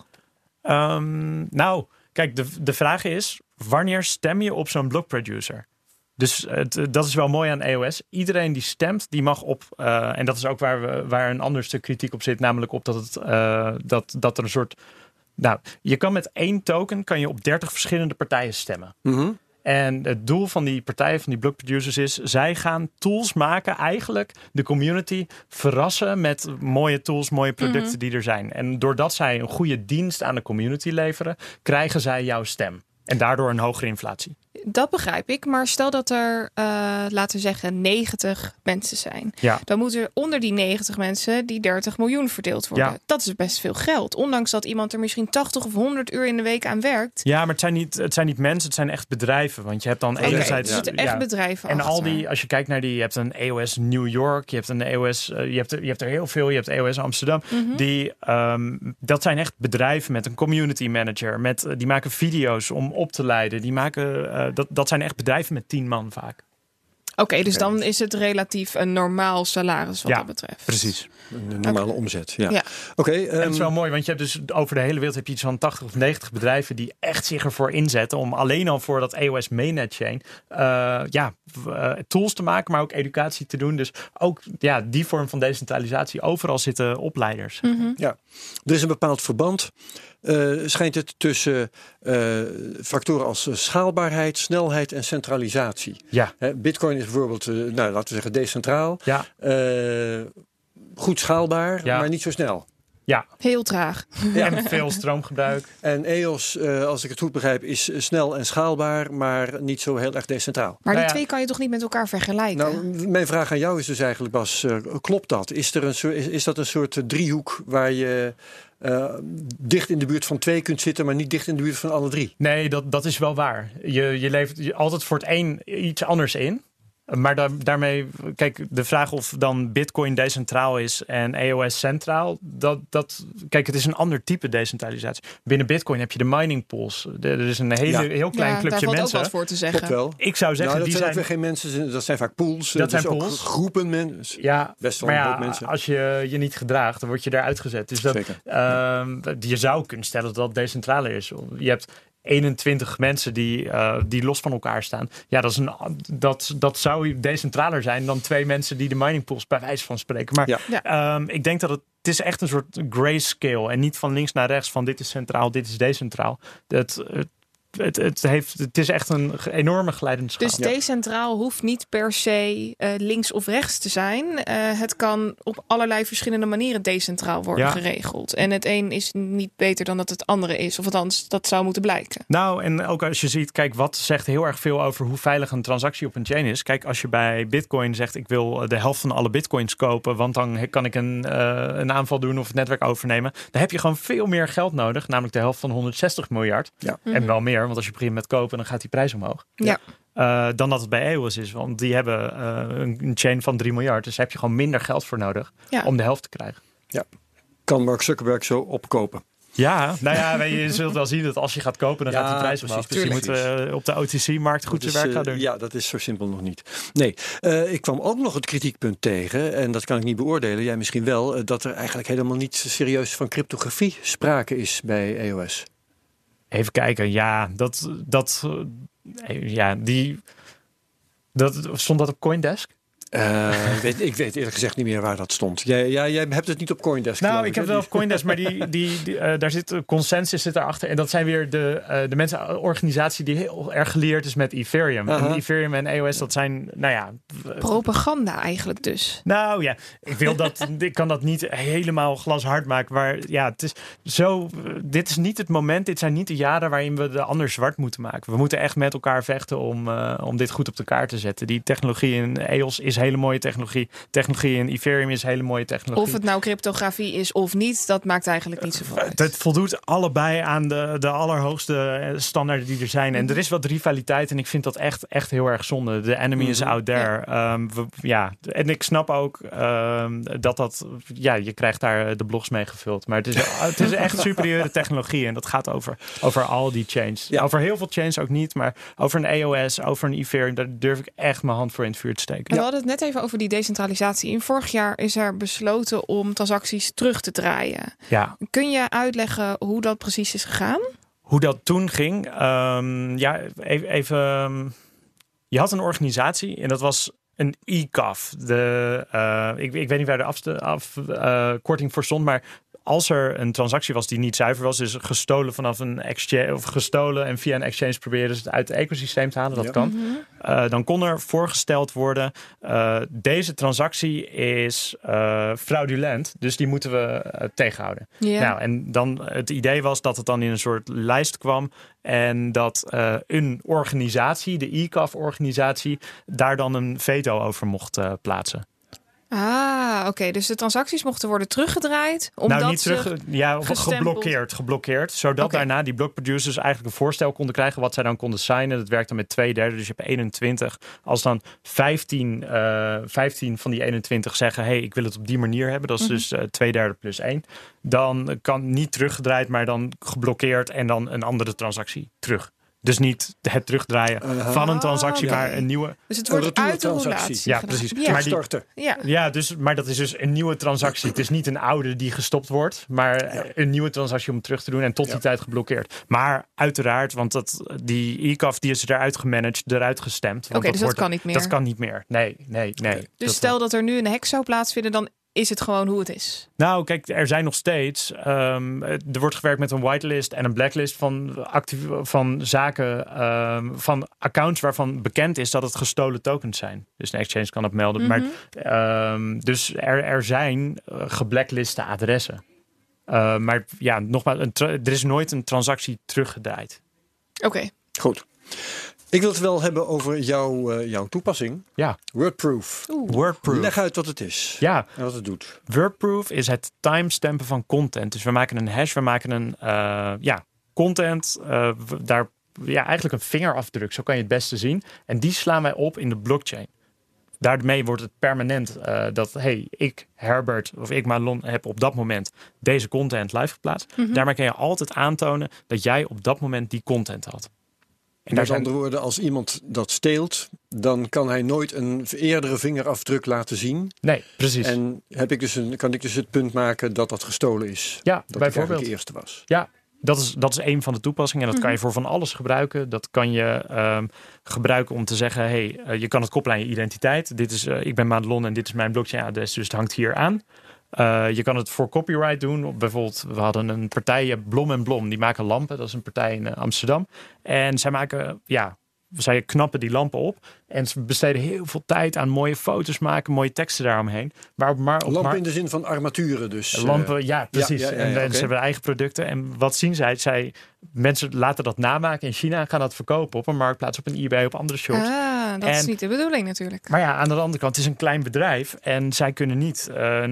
Kijk, de vraag is, wanneer stem je op zo'n blockproducer? Dus dat is wel mooi aan EOS. Iedereen die stemt, die mag op... en dat is ook waar een ander stuk kritiek op zit. Namelijk op dat er een soort... Nou, je kan met 1 token kan je op 30 verschillende partijen stemmen. Mm-hmm. En het doel van die partijen, van die blockproducers is... zij gaan tools maken, eigenlijk de community verrassen met mooie tools, mooie producten die er zijn. En doordat zij een goede dienst aan de community leveren, krijgen zij jouw stem. En daardoor een hogere inflatie. Dat begrijp ik. Maar stel dat er, laten we zeggen, 90 mensen zijn. Ja. Dan moeten onder die 90 mensen die 30 miljoen verdeeld worden. Ja. Dat is best veel geld. Ondanks dat iemand er misschien 80 of 100 uur in de week aan werkt. Ja, maar het zijn niet mensen, het zijn echt bedrijven. Want je hebt dan enerzijds... Er zitten echt bedrijven en achter. al die, als je kijkt naar je hebt een EOS New York, je hebt een EOS, je hebt er heel veel, je hebt EOS Amsterdam. Dat zijn echt bedrijven met een community manager, die maken video's om op te leiden. Die maken, dat zijn echt bedrijven met 10 man vaak. Oké, dus dan is het relatief een normaal salaris wat dat betreft. Precies. Een normale omzet. Ja. Oké. En het is wel mooi, want je hebt dus over de hele wereld heb je iets van 80 of 90 bedrijven die echt zich ervoor inzetten om alleen al voor dat EOS Mainnet Chain tools te maken, maar ook educatie te doen. Dus ook die vorm van decentralisatie. Overal zitten opleiders. Mm-hmm. Ja, er is een bepaald verband. Schijnt het tussen factoren als schaalbaarheid, snelheid en centralisatie. Ja. Bitcoin is bijvoorbeeld, laten we zeggen, decentraal. Ja. Goed schaalbaar, maar niet zo snel. Ja. Heel traag. Ja. En veel stroomgebruik. En EOS, als ik het goed begrijp, is snel en schaalbaar, maar niet zo heel erg decentraal. Maar die twee kan je toch niet met elkaar vergelijken? Nou, mijn vraag aan jou is dus eigenlijk, Bas, klopt dat? Is dat een soort driehoek waar je dicht in de buurt van 2 kunt zitten, maar niet dicht in de buurt van alle 3? Nee, dat is wel waar. Je levert altijd voor het een iets anders in. Maar daarmee, kijk, de vraag of dan Bitcoin decentraal is en EOS centraal, kijk, het is een ander type decentralisatie. Binnen Bitcoin heb je de mining pools. Er is een heel klein clubje daar valt mensen. Ook wat voor te zeggen. Klopt wel. Ik zou zeggen, dat zijn ook weer geen mensen, dat zijn vaak pools. Dat zijn dus pools. Ook groepen mensen. Ja, best wel maar een hoop mensen. Als je je niet gedraagt, dan word je eruit gezet. Dus Zeker. Je zou kunnen stellen dat dat decentraler is. Je hebt 21 mensen die los van elkaar staan. Ja, dat zou decentraler zijn dan 2 mensen die de mining pools bij wijze van spreken. Maar ik denk dat het is echt een soort grayscale en niet van links naar rechts van dit is centraal, dit is decentraal. Het is echt een enorme glijdende schaal. Dus decentraal hoeft niet per se links of rechts te zijn. Het kan op allerlei verschillende manieren decentraal worden geregeld. En het een is niet beter dan dat het andere is. Of althans, dat zou moeten blijken. Nou, en ook als je ziet, kijk, wat zegt heel erg veel over hoe veilig een transactie op een chain is. Kijk, als je bij Bitcoin zegt, ik wil de helft van alle Bitcoins kopen, want dan kan ik een aanval doen of het netwerk overnemen. Dan heb je gewoon veel meer geld nodig, namelijk de helft van 160 miljard. Ja. En wel meer. Want als je begint met kopen, dan gaat die prijs omhoog. Ja. Dan dat het bij EOS is. Want die hebben een chain van 3 miljard. Dus daar heb je gewoon minder geld voor nodig om de helft te krijgen. Ja. Kan Mark Zuckerberg zo opkopen? Ja, nou ja, je zult wel zien dat als je gaat kopen, dan gaat die prijs omhoog. Dus je moet op de OTC-markt goed zijn werk gaan doen. Ja, dat is zo simpel nog niet. Nee, ik kwam ook nog het kritiekpunt tegen, en dat kan ik niet beoordelen, jij misschien wel, dat er eigenlijk helemaal niet serieus van cryptografie sprake is bij EOS. Even kijken, stond dat op CoinDesk? Ik weet eerlijk gezegd niet meer waar dat stond. Jij hebt het niet op Coindesk. Nou, ik heb het wel op Coindesk, maar daar zit Consensus zit daarachter. En dat zijn weer de mensen, organisatie die heel erg geleerd is met Ethereum. En Ethereum en EOS, dat zijn, propaganda eigenlijk dus. Nou ja, ik kan dat niet helemaal glashard maken. Maar ja, het is zo. Dit is niet het moment. Dit zijn niet de jaren waarin we de ander zwart moeten maken. We moeten echt met elkaar vechten om dit goed op de kaart te zetten. Die technologie in EOS is hele mooie technologie. Technologie in Ethereum is hele mooie technologie. Of het nou cryptografie is of niet, dat maakt eigenlijk niet zoveel uit. Het voldoet allebei aan de allerhoogste standaarden die er zijn. En er is wat rivaliteit en ik vind dat echt heel erg zonde. The enemy is out there. En ik snap ook dat je krijgt daar de blogs mee gevuld. Maar het is echt superieure technologie en dat gaat over al die chains. Ja. Over heel veel chains ook niet, maar over een EOS, over een Ethereum, daar durf ik echt mijn hand voor in het vuur te steken. We hadden het net even over die decentralisatie. In vorig jaar is er besloten om transacties terug te draaien. Ja. Kun je uitleggen hoe dat precies is gegaan? Hoe dat toen ging? Je had een organisatie en dat was een ECAF. Ik weet niet waar de afkorting voor stond, maar als er een transactie was die niet zuiver was, dus gestolen vanaf een exchange of gestolen en via een exchange proberen ze het uit het ecosysteem te halen, dat kan. Dan kon er voorgesteld worden, deze transactie is fraudulent, dus die moeten we tegenhouden. Yeah. Nou, en dan het idee was dat het dan in een soort lijst kwam en dat een organisatie, de ECAF-organisatie, daar dan een veto over mocht plaatsen. Oké. Dus de transacties mochten worden teruggedraaid. Omdat niet geblokkeerd. Zodat daarna die blockproducers eigenlijk een voorstel konden krijgen wat zij dan konden signen. Dat werkt dan met 2/3. Dus je hebt 21. Als dan 15 van die 21 zeggen, hey, ik wil het op die manier hebben. Dat is dus 2/3 plus 1. Dan kan niet teruggedraaid, maar dan geblokkeerd en dan een andere transactie terug. Dus niet het terugdraaien van een transactie naar een nieuwe. Dus het wordt uit de roulatie. Ja, precies. Ja. Maar dat is dus een nieuwe transactie. Het is niet een oude die gestopt wordt, maar een nieuwe transactie om terug te doen en tot die tijd geblokkeerd. Maar uiteraard, want die ECAF die is eruit gemanaged, eruit gestemd. Oké, dus dat kan niet meer. Dat kan niet meer. Nee. Dus stel dat er nu een hack zou plaatsvinden, dan is het gewoon hoe het is? Nou, kijk, er zijn nog steeds. Er wordt gewerkt met een whitelist en een blacklist van zaken, van accounts waarvan bekend is dat het gestolen tokens zijn. Dus een exchange kan dat melden. Maar dus er zijn geblackliste adressen. Maar ja, nogmaals, er is nooit een transactie teruggedraaid. Oké. Goed. Ik wil het wel hebben over jouw toepassing. Ja. Wordproof. Wordproof. Leg uit wat het is. Ja. En wat het doet. Wordproof is het timestampen van content. Dus we maken een hash, we maken een content. Daar eigenlijk een vingerafdruk. Zo kan je het beste zien. En die slaan wij op in de blockchain. Daarmee wordt het permanent dat ik Herbert of ik Madelon heb op dat moment deze content live geplaatst. Daarmee kan je altijd aantonen dat jij op dat moment die content had. En met andere woorden, als iemand dat steelt, dan kan hij nooit een eerdere vingerafdruk laten zien. Nee, precies. En kan ik dus het punt maken dat dat gestolen is. Ja, dat bijvoorbeeld. Ik de eerste was. Ja, dat is een van de toepassingen. En dat kan je voor van alles gebruiken. Dat kan je gebruiken om te zeggen, je kan het koppelen aan je identiteit. Dit is, ik ben Madelon en dit is mijn blockchain-adres, dus het hangt hier aan. Je kan het voor copyright doen. Bijvoorbeeld, we hadden een partij, Blom & Blom, die maken lampen. Dat is een partij in Amsterdam. En zij maken, zij knappen die lampen op. En ze besteden heel veel tijd aan mooie foto's maken, mooie teksten daaromheen. Lampen in de zin van armaturen dus. Lampen, ja, precies. En ze hebben eigen producten. En wat zien zij? Mensen laten dat namaken in China en gaan dat verkopen op een marktplaats, op een eBay, op andere shops. Dat is niet de bedoeling natuurlijk. Maar ja, aan de andere kant, het is een klein bedrijf en zij kunnen niet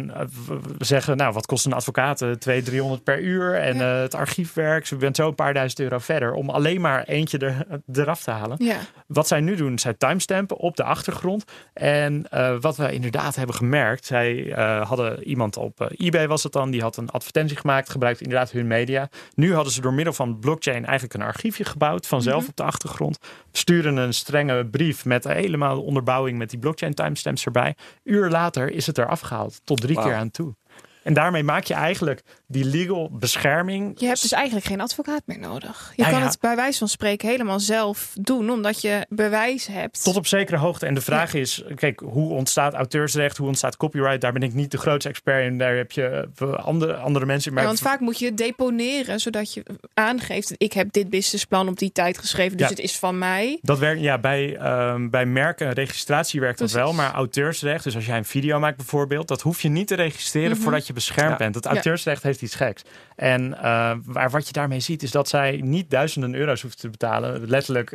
zeggen, nou, wat kost een advocaat? 200-300 per uur en het archiefwerk. Je bent zo een paar duizend euro verder om alleen maar eentje eraf te halen. Ja. Wat zij nu doen, zij timestampen op de achtergrond. En wat we inderdaad hebben gemerkt, zij hadden iemand op eBay was het dan, die had een advertentie gemaakt, gebruikte inderdaad hun media. Nu hadden ze door middel van blockchain eigenlijk een archiefje gebouwd, vanzelf op de achtergrond. Sturen een strenge brief met helemaal de onderbouwing met die blockchain timestamps erbij. Uur later is het er afgehaald, tot 3 keer aan toe. En daarmee maak je eigenlijk die legal bescherming. Je hebt dus eigenlijk geen advocaat meer nodig. Je kan het bij wijze van spreken helemaal zelf doen, omdat je bewijs hebt. Tot op zekere hoogte. En de vraag is, kijk, hoe ontstaat auteursrecht? Hoe ontstaat copyright? Daar ben ik niet de grootste expert in. Daar heb je andere mensen. Maar want vaak moet je het deponeren, zodat je aangeeft, ik heb dit businessplan op die tijd geschreven, dus het is van mij. Dat werkt, bij merken en registratie werkt dat wel, maar auteursrecht, dus als jij een video maakt bijvoorbeeld, dat hoef je niet te registreren voordat je beschermd bent. Het auteursrecht heeft iets geks. En wat je daarmee ziet, is dat zij niet duizenden euro's hoeven te betalen, letterlijk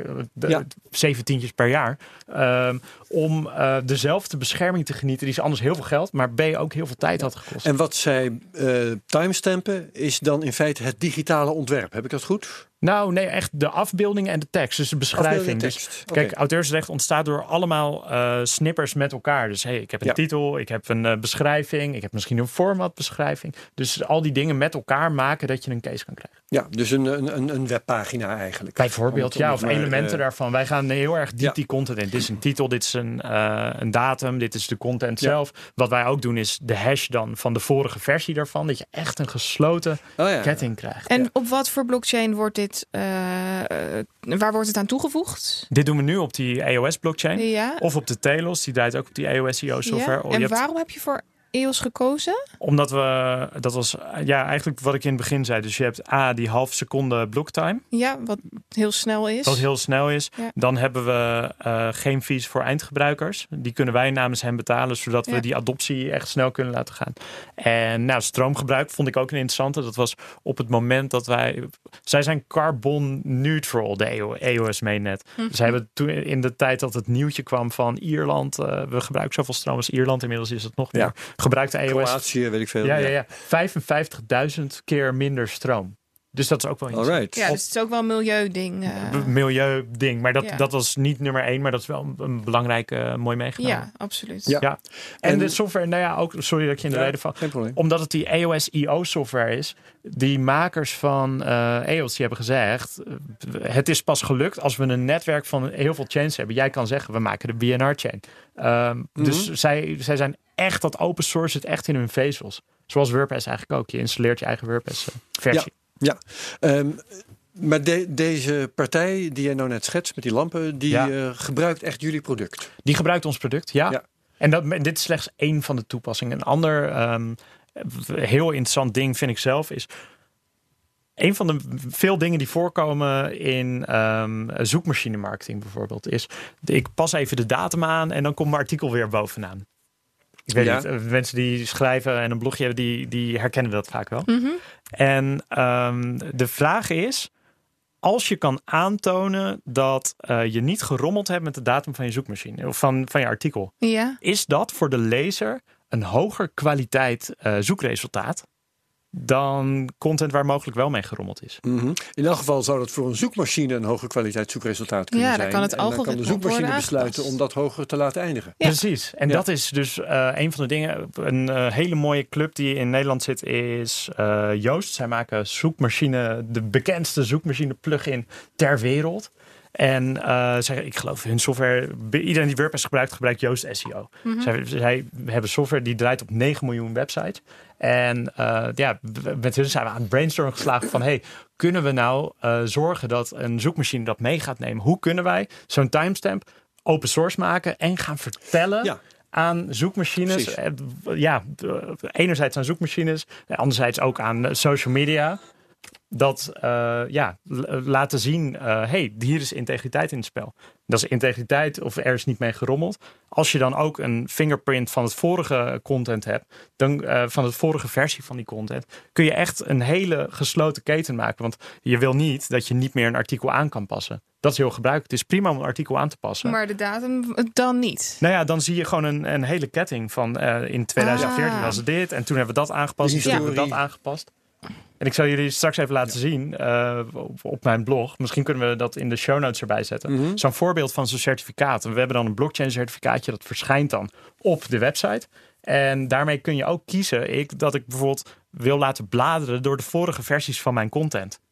17 per jaar, om dezelfde bescherming te genieten die ze anders heel veel geld, maar B ook heel veel tijd had gekost. En wat zij timestampen is dan in feite het digitale ontwerp. Heb ik dat goed? Nou, nee, echt de afbeeldingen en de tekst. Dus de beschrijving. Dus, kijk, auteursrecht ontstaat door allemaal snippers met elkaar. Dus ik heb een titel, ik heb een beschrijving, ik heb misschien een formatbeschrijving. Dus al die dingen met elkaar maken dat je een case kan krijgen. Ja, dus een webpagina eigenlijk. Bijvoorbeeld, of elementen daarvan. Wij gaan heel erg diep die content in. Dit is een titel, dit is een datum, dit is de content zelf. Wat wij ook doen is de hash dan van de vorige versie daarvan. Dat je echt een gesloten ketting krijgt. En op wat voor blockchain wordt dit? Waar wordt het aan toegevoegd? Dit doen we nu op die EOS-blockchain. Ja. Of op de Telos, die draait ook op die EOS-IO-software. Ja. En waarom heb je voor EOS gekozen? Omdat dat was eigenlijk wat ik in het begin zei. Dus je hebt die half seconde blocktime. Ja, wat heel snel is. Wat heel snel is. Ja. Dan hebben we geen fees voor eindgebruikers. Die kunnen wij namens hen betalen, zodat we die adoptie echt snel kunnen laten gaan. En stroomgebruik vond ik ook een interessante. Dat was op het moment dat zij zijn carbon neutral, de EOS mainnet. Dus hebben toen in de tijd dat het nieuwtje kwam van Ierland, we gebruiken zoveel stroom als Ierland. Inmiddels is het nog meer. Gebruikt de EOS. Kroatië, weet ik veel. 55.000 keer minder stroom. Dus dat is ook wel iets. Alright. Ja, dus het is ook wel een milieuding. Milieuding. Maar dat was niet nummer 1, maar dat is wel een belangrijke, mooi meegenomen. Ja, absoluut. Ja. En de software, ook, sorry dat ik je in de reden val. Geen probleem. Omdat het die EOS IO software is. Die makers van EOS die hebben gezegd, het is pas gelukt als we een netwerk van heel veel chains hebben. Jij kan zeggen, we maken de BNR-chain. Dus zij zijn echt dat open source het echt in hun vezels. Zoals WordPress eigenlijk ook. Je installeert je eigen WordPress-versie. Ja. Maar deze partij die jij nou net schetst met die lampen, die gebruikt echt jullie product? Die gebruikt ons product, ja. En dit is slechts één van de toepassingen. Een ander heel interessant ding vind ik zelf is, een van de veel dingen die voorkomen in zoekmachine marketing bijvoorbeeld is, ik pas even de datum aan en dan komt mijn artikel weer bovenaan. Ik weet niet, mensen die schrijven en een blogje hebben, die herkennen dat vaak wel. En de vraag is, als je kan aantonen dat je niet gerommeld hebt met de datum van je zoekmachine of van je artikel, is dat voor de lezer een hoger kwaliteit zoekresultaat dan content waar mogelijk wel mee gerommeld is. In elk geval zou dat voor een zoekmachine een hoge kwaliteit zoekresultaat kunnen zijn. Dan kan het algoritme dan kan de zoekmachine besluiten om dat hoger te laten eindigen. Ja. Precies. En dat is dus een van de dingen. Een hele mooie club die in Nederland zit is Yoast. Zij maken de bekendste zoekmachine plugin ter wereld. En ik geloof hun software, iedereen die WordPress gebruikt Yoast SEO. Zij hebben software die draait op 9 miljoen websites. En met hun zijn we aan het brainstormen geslagen van, kunnen we nou zorgen dat een zoekmachine dat mee gaat nemen? Hoe kunnen wij zo'n timestamp open source maken en gaan vertellen aan zoekmachines? Enerzijds aan zoekmachines, anderzijds ook aan social media. Dat laten zien, hier is integriteit in het spel. Dat is integriteit of er is niet mee gerommeld. Als je dan ook een fingerprint van het vorige content hebt, dan van de vorige versie van die content, kun je echt een hele gesloten keten maken. Want je wil niet dat je niet meer een artikel aan kan passen. Dat is heel gebruikelijk. Het is prima om een artikel aan te passen. Maar de datum dan niet? Nou ja, dan zie je gewoon een hele ketting van in 2014 was het dit en toen hebben we dat aangepast en toen hebben we dat aangepast. En ik zal jullie straks even laten zien op mijn blog. Misschien kunnen we dat in de show notes erbij zetten. Zo'n voorbeeld van zo'n certificaat. We hebben dan een blockchain certificaatje. Dat verschijnt dan op de website. En daarmee kun je ook kiezen dat ik bijvoorbeeld wil laten bladeren door de vorige versies van mijn content.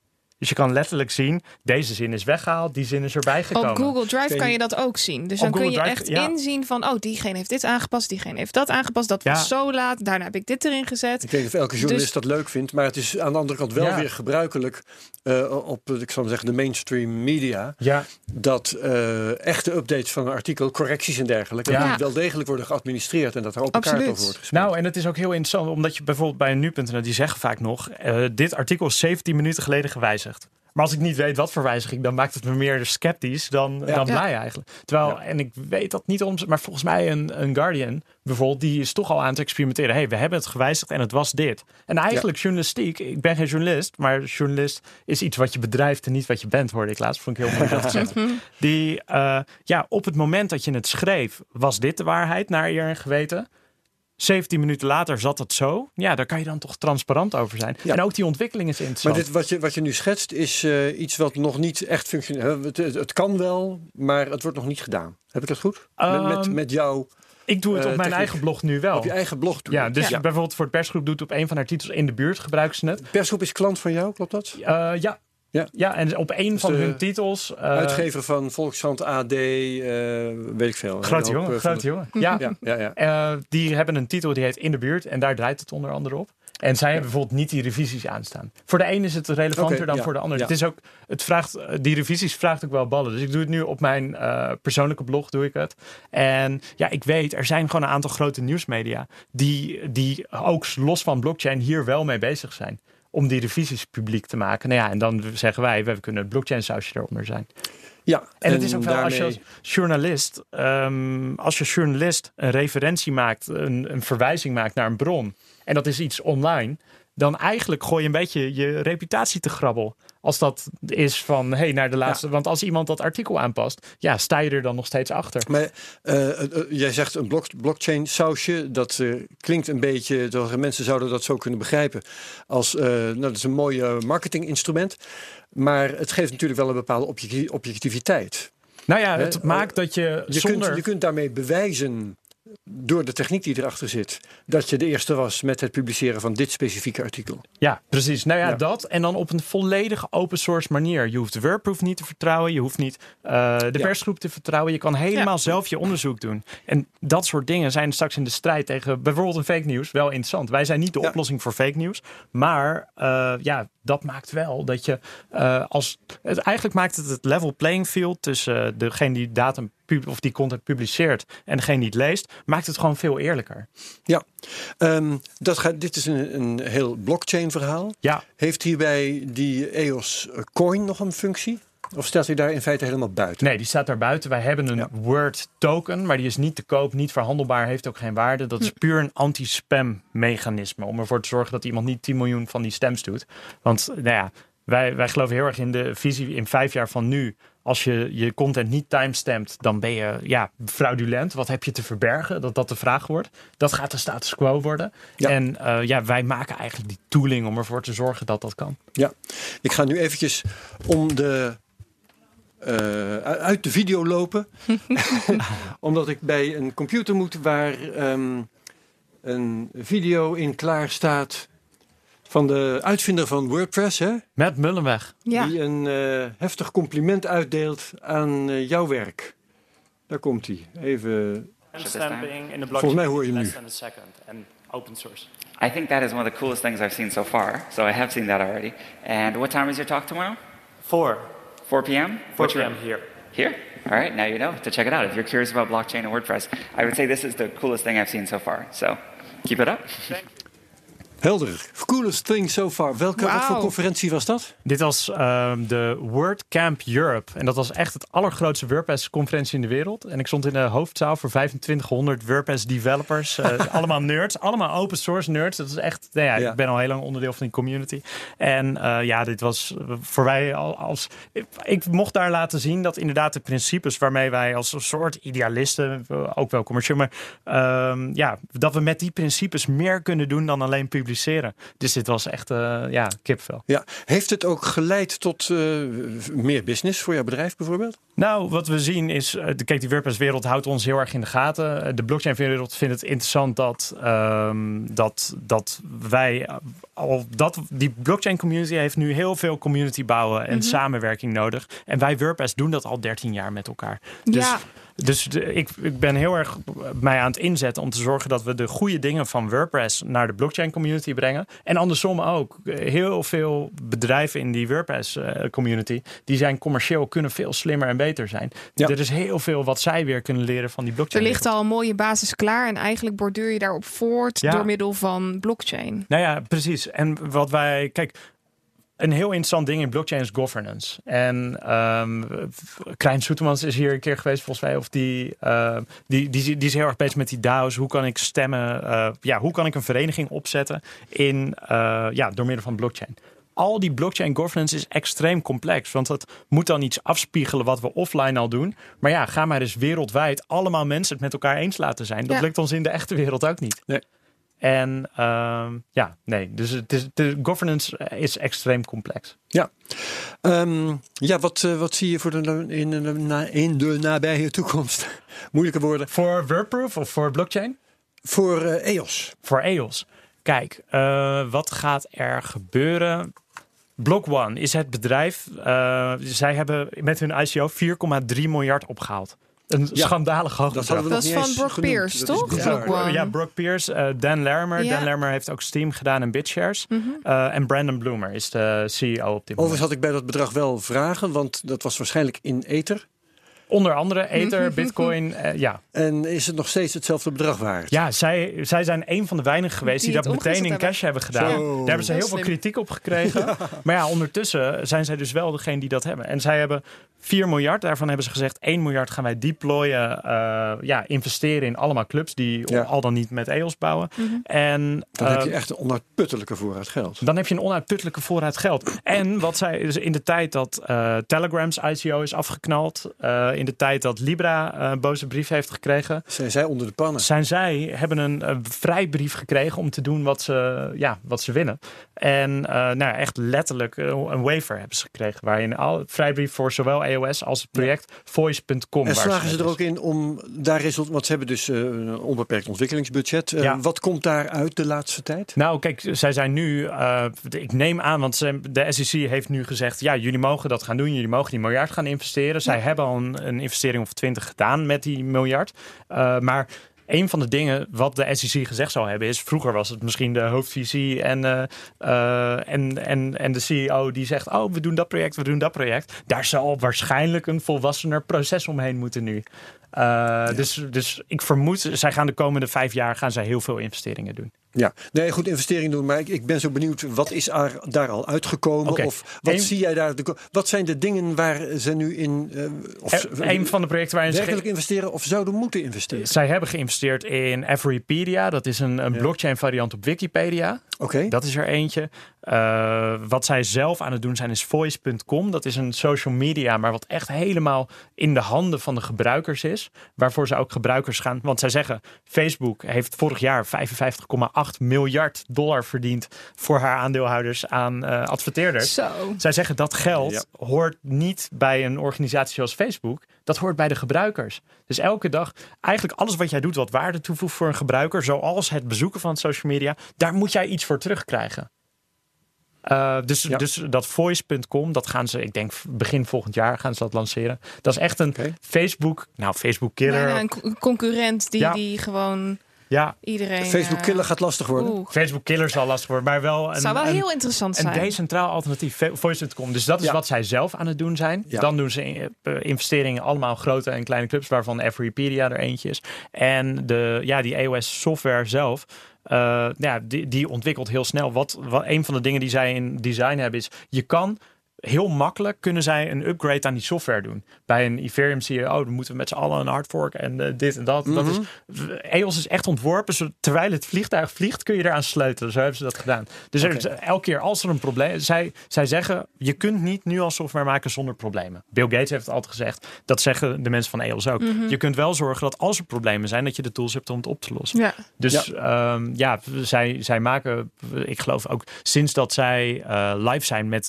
Dus je kan letterlijk zien, deze zin is weggehaald, die zin is erbij gekomen. Op Google Drive kan je dat ook zien. Dus dan kun je echt inzien van, diegene heeft dit aangepast, diegene heeft dat aangepast. Dat was zo laat, daarna heb ik dit erin gezet. Ik weet niet of elke journalist dat leuk vindt, maar het is aan de andere kant wel weer gebruikelijk op, ik zal maar zeggen, de mainstream media. Ja. Dat echte updates van een artikel, correcties en dergelijke, wel degelijk worden geadministreerd en dat er open kaart over wordt gespeeld. Nou, en het is ook heel interessant, omdat je bijvoorbeeld bij nu.nl, die zeggen vaak nog, dit artikel is 17 minuten geleden gewijzigd. Maar als ik niet weet wat voor wijziging, dan maakt het me meer sceptisch dan blij eigenlijk. Terwijl, en ik weet dat niet om, maar volgens mij een Guardian bijvoorbeeld, die is toch al aan het experimenteren. Hey, we hebben het gewijzigd en het was dit. En eigenlijk journalistiek, ik ben geen journalist, maar journalist is iets wat je bedrijft en niet wat je bent, hoorde ik laatst. Vond ik heel mooi dat gezegd. Die, op het moment dat je het schreef, was dit de waarheid naar eer en geweten. 17 minuten later zat het zo. Ja, daar kan je dan toch transparant over zijn. Ja. En ook die ontwikkeling is interessant. Maar dit wat je nu schetst is iets wat nog niet echt functioneert. Het kan wel, maar het wordt nog niet gedaan. Heb ik dat goed? Met jou... Ik doe het op mijn eigen blog nu wel. Op je eigen blog doe je het. Dus bijvoorbeeld voor de persgroep doet op een van haar titels In de Buurt gebruiken ze het. De persgroep is klant van jou, klopt dat? Ja, en op een van hun titels... uitgever van Volkskrant, AD, weet ik veel. Grote jongen. Ja. Die hebben een titel die heet In de Buurt en daar draait het onder andere op. En zij hebben bijvoorbeeld niet die revisies aanstaan. Voor de een is het relevanter dan voor de ander. Ja. Die revisies vraagt ook wel ballen. Dus ik doe het nu op mijn persoonlijke blog, doe ik het. En ik weet, er zijn gewoon een aantal grote nieuwsmedia die ook los van blockchain hier wel mee bezig zijn. Om die revisies publiek te maken. Nou ja, en dan zeggen wij, we kunnen het blockchain sausje eronder zijn. Ja, en het is ook wel daarmee... als je journalist een referentie maakt, een verwijzing maakt naar een bron, en dat is iets online, dan eigenlijk gooi je een beetje je reputatie te grabbel. Als dat is van, naar de laatste... Want als iemand dat artikel aanpast, sta je er dan nog steeds achter. Maar jij zegt een blockchain sausje. Dat klinkt een beetje... Mensen zouden dat zo kunnen begrijpen. Als, dat is een mooi marketinginstrument. Maar het geeft natuurlijk wel een bepaalde objectiviteit. Nou ja, het maakt dat je Je kunt daarmee bewijzen, door de techniek die erachter zit, dat je de eerste was met het publiceren van dit specifieke artikel. Ja, precies. Nou ja, dat. En dan op een volledig open source manier. Je hoeft de Wordproof niet te vertrouwen. Je hoeft niet de persgroep te vertrouwen. Je kan helemaal zelf je onderzoek doen. En dat soort dingen zijn straks in de strijd tegen bijvoorbeeld een fake news wel interessant. Wij zijn niet de oplossing voor fake news. Maar dat maakt wel dat je eigenlijk maakt het level playing field tussen degene die datum of die content publiceert en degene die het leest, maakt het gewoon veel eerlijker. Ja, dit is een heel blockchain verhaal. Ja. Heeft hierbij die EOS coin nog een functie? Of staat hij daar in feite helemaal buiten? Nee, die staat daar buiten. Wij hebben een Word token, maar die is niet te koop, niet verhandelbaar, heeft ook geen waarde. Dat is puur een anti-spam mechanisme. Om ervoor te zorgen dat iemand niet 10 miljoen van die stems doet. Want wij geloven heel erg in de visie in 5 jaar van nu. Als je content niet timestampt, dan ben je fraudulent. Wat heb je te verbergen? Dat de vraag wordt. Dat gaat de status quo worden. Ja. En wij maken eigenlijk die tooling om ervoor te zorgen dat dat kan. Ja, ik ga nu eventjes uit de video lopen. Omdat ik bij een computer moet waar een video in klaar staat van de uitvinder van WordPress, hè? Matt Mullenweg. Ja. Die een heftig compliment uitdeelt aan jouw werk. Daar komt hij. Even. Volgens mij hoor je hem nu. Open source. I think that is one of the coolest things I've seen so far. So I have seen that already. And what time is your talk tomorrow? 4 p.m.? 4 p.m. here. Here? All right, now you know to check it out. If you're curious about blockchain and WordPress, I would say this is the coolest thing I've seen so far. So keep it up. Helder. Coolest thing so far. Wat voor conferentie was dat? Dit was de WordCamp Europe. En dat was echt het allergrootste WordPress-conferentie in de wereld. En ik stond in de hoofdzaal voor 2500 WordPress-developers. Allemaal nerds. Allemaal open source nerds. Dat is echt... Ik ben al heel lang onderdeel van die community. En dit was voor wij ik mocht daar laten zien dat inderdaad de principes waarmee wij als een soort idealisten, ook wel commercieel, maar dat we met die principes meer kunnen doen dan alleen publiceren. produceren. Dus dit was echt kipvel. Ja. Heeft het ook geleid tot meer business voor jouw bedrijf bijvoorbeeld? Nou, wat we zien is, kijk, die WordPress-wereld houdt ons heel erg in de gaten. De blockchain-wereld vindt het interessant dat wij die blockchain-community heeft nu heel veel community bouwen en samenwerking nodig. En wij WordPress doen dat al 13 jaar met elkaar. Dus ik ben heel erg mij aan het inzetten om te zorgen dat we de goede dingen van WordPress naar de blockchain community brengen. En andersom ook. Heel veel bedrijven in die WordPress community, die zijn commercieel, kunnen veel slimmer en beter zijn. Ja. Er is heel veel wat zij weer kunnen leren van die blockchain. Er ligt al een mooie basis klaar en eigenlijk borduur je daarop voort door middel van blockchain. Nou ja, precies. En wat wij, kijk, een heel interessant ding in blockchain is governance. En Krijn Soetermans is hier een keer geweest, volgens mij. Of die is heel erg bezig met die DAO's. Hoe kan ik stemmen? Hoe kan ik een vereniging opzetten door middel van blockchain? Al die blockchain governance is extreem complex. Want dat moet dan iets afspiegelen wat we offline al doen. Maar ja, ga maar eens wereldwijd allemaal mensen het met elkaar eens laten zijn. Dat lukt ons in de echte wereld ook niet. Nee. En dus de governance is extreem complex. Ja. Wat zie je in de nabije toekomst? Moeilijke woorden. Voor WordProof of voor blockchain? Voor EOS. Voor EOS. Kijk, wat gaat er gebeuren? Block One is het bedrijf. Zij hebben met hun ICO 4,3 miljard opgehaald. Een schandalig hoog bedrag. Dat is van Brock Pierce, toch? Ja, Brock Pierce, Dan Larimer. Ja. Dan Larimer heeft ook Steam gedaan en BitShares. En Brandon Bloomer is de CEO op dit moment. Overigens had ik bij dat bedrag wel vragen, want dat was waarschijnlijk in Ether. Onder andere Ether, Bitcoin, En is het nog steeds hetzelfde bedrag waard? Ja, zij zijn een van de weinigen geweest die dat meteen in cash hebben gedaan. Daar hebben ze heel veel kritiek op gekregen. Ja. Maar ja, ondertussen zijn zij dus wel degene die dat hebben. En zij hebben 4 miljard. Daarvan hebben ze gezegd 1 miljard gaan wij deployen, investeren in allemaal clubs die al dan niet met EOS bouwen. En dan heb je echt een onuitputtelijke voorraad geld. Dan heb je een onuitputtelijke voorraad geld. En wat zij dus in de tijd dat Telegram's ICO is afgeknald, in de tijd dat Libra een boze brief heeft gekregen, zijn zij onder de pannen. Hebben een vrijbrief gekregen om te doen wat ze willen. En echt letterlijk een waiver hebben ze gekregen, waarin al vrijbrief voor zowel EOS als het project Voice.com. En slagen ze er ook in om daar want ze hebben dus een onbeperkt ontwikkelingsbudget. Wat komt daar uit de laatste tijd? Nou, kijk, zij zijn nu, ik neem aan, want de SEC heeft nu gezegd, ja, jullie mogen dat gaan doen, jullie mogen die miljard gaan investeren. Zij hebben al een investering of 20 gedaan met die miljard. Maar een van de dingen wat de SEC gezegd zou hebben is, vroeger was het misschien de hoofdvisie en de CEO die zegt, we doen dat project. Daar zal waarschijnlijk een volwassener proces omheen moeten nu. Dus ik vermoed, zij gaan de komende 5 jaar heel veel investeringen doen. Ja, nee, goed, investering doen. Maar ik ben zo benieuwd, wat is daar al uitgekomen? Okay. Of wat zie jij daar? Wat zijn de dingen waar ze nu in... een van de projecten waarin werkelijk investeren of zouden moeten investeren? Zij hebben geïnvesteerd in Everypedia. Dat is een blockchain variant op Wikipedia. Okay. Dat is er eentje. Wat zij zelf aan het doen zijn is Voice.com. Dat is een social media, maar wat echt helemaal in de handen van de gebruikers is. Waarvoor ze ook gebruikers gaan. Want zij zeggen, Facebook heeft vorig jaar $55,8 miljard verdiend voor haar aandeelhouders aan adverteerders. Zo. Zij zeggen dat geld hoort niet bij een organisatie zoals Facebook. Dat hoort bij de gebruikers. Dus elke dag, eigenlijk alles wat jij doet wat waarde toevoegt voor een gebruiker, zoals het bezoeken van social media, daar moet jij iets voor terugkrijgen. Dus dat Voice.com, dat gaan ze, ik denk begin volgend jaar gaan ze dat lanceren. Dat is echt een Facebook killer. Ja, een concurrent die gewoon iedereen... Facebook killer gaat lastig worden. Facebook killer zal lastig worden, maar wel zou wel heel interessant zijn. Een decentraal alternatief, Voice.com. Dus dat is wat zij zelf aan het doen zijn. Ja. Dan doen ze investeringen allemaal grote en kleine clubs, waarvan Everypedia er eentje is. En die EOS software zelf, die ontwikkelt heel snel. Wat een van de dingen die zij in design hebben is, je kan heel makkelijk kunnen zij een upgrade aan die software doen. Bij een Ethereum zie je, dan moeten we met z'n allen een hardfork en dit en dat. EOS is echt ontworpen, terwijl het vliegtuig vliegt, kun je eraan sleutelen. Zo hebben ze dat gedaan. Dus elke keer als er een probleem... Zij zeggen, je kunt niet nu al software maken zonder problemen. Bill Gates heeft het altijd gezegd. Dat zeggen de mensen van EOS ook. Je kunt wel zorgen dat als er problemen zijn, dat je de tools hebt om het op te lossen. Ja. Dus zij maken, ik geloof ook, sinds dat zij live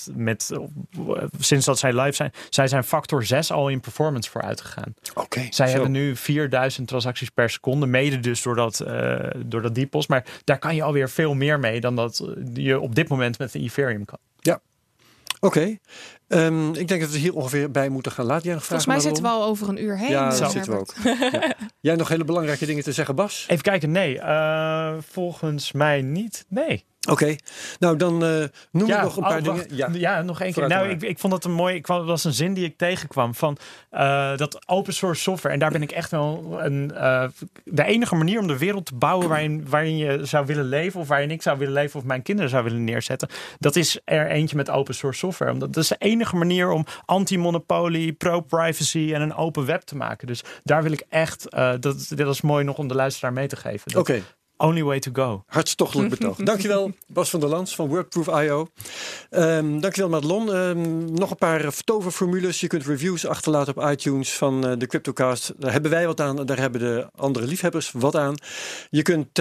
zijn, zij zijn factor 6 al in performance vooruit gegaan. Zij hebben nu 4000 transacties per seconde, mede dus door dat DPoS. Maar daar kan je alweer veel meer mee dan dat je op dit moment met de Ethereum kan. Ja. Oké. Ik denk dat we hier ongeveer bij moeten gaan. Laat jij nog vragen? Volgens mij zitten we al over een uur heen. Ja, dat zitten we ook. Ja. Jij nog hele belangrijke dingen te zeggen, Bas? Even kijken, nee. Volgens mij niet. Nee. Oké, nou dan noem ik nog een paar dingen. Ja, nog één keer. Nou, ik vond dat een mooi. Dat was een zin die ik tegenkwam van dat open source software. En daar ben ik echt wel de enige manier om de wereld te bouwen waarin je zou willen leven, of waarin ik zou willen leven, of mijn kinderen zou willen neerzetten. Dat is er eentje met open source software. Omdat dat is de enige manier om anti-monopolie, pro-privacy en een open web te maken. Dus daar wil ik echt. Dat is mooi nog om de luisteraar mee te geven. Oké. Only way to go. Hartstochtelijk betoog. Dankjewel, Bas van der Lans van WordProof.io. Dankjewel, Madelon. Nog een paar toverformules. Je kunt reviews achterlaten op iTunes van de CryptoCast. Daar hebben wij wat aan. Daar hebben de andere liefhebbers wat aan. Je kunt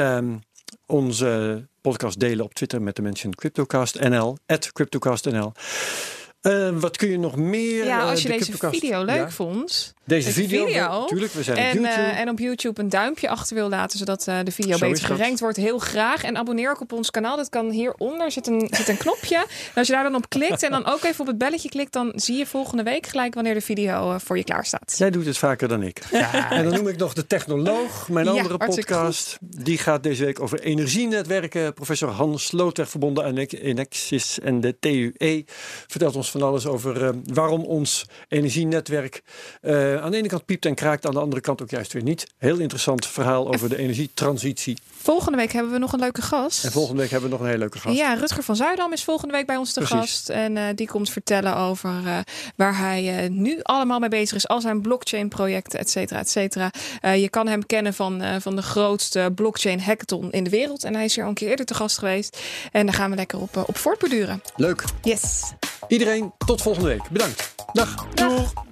onze podcast delen op Twitter met de mention CryptoCastNL, @CryptoCastNL. Wat kun je nog meer? Ja, als je deze video leuk vond. Deze video, natuurlijk. We zijn op YouTube. En op YouTube een duimpje achter wil laten, zodat de video beter gerankt wordt. Heel graag. En abonneer ook op ons kanaal. Dat kan hieronder. Zit een knopje. En als je daar dan op klikt en dan ook even op het belletje klikt, dan zie je volgende week gelijk wanneer de video voor je klaar staat. Jij doet het vaker dan ik. Ja. En dan noem ik nog de Technoloog, mijn andere podcast. Die gaat deze week over energienetwerken. Professor Hans Slootweg, verbonden aan Enexis en de TUE, vertelt ons van alles over waarom ons energienetwerk aan de ene kant piept en kraakt, aan de andere kant ook juist weer niet. Heel interessant verhaal over de energietransitie. Volgende week hebben we nog een leuke gast. En volgende week hebben we nog een hele leuke gast. Ja, Rutger van Zuidam is volgende week bij ons te gast. En die komt vertellen over waar hij nu allemaal mee bezig is. Al zijn blockchain projecten, et cetera, et cetera. Je kan hem kennen van de grootste blockchain hackathon in de wereld. En hij is hier al een keer eerder te gast geweest. En daar gaan we lekker op voortborduren. Leuk. Yes. Iedereen, tot volgende week. Bedankt. Dag. Dag.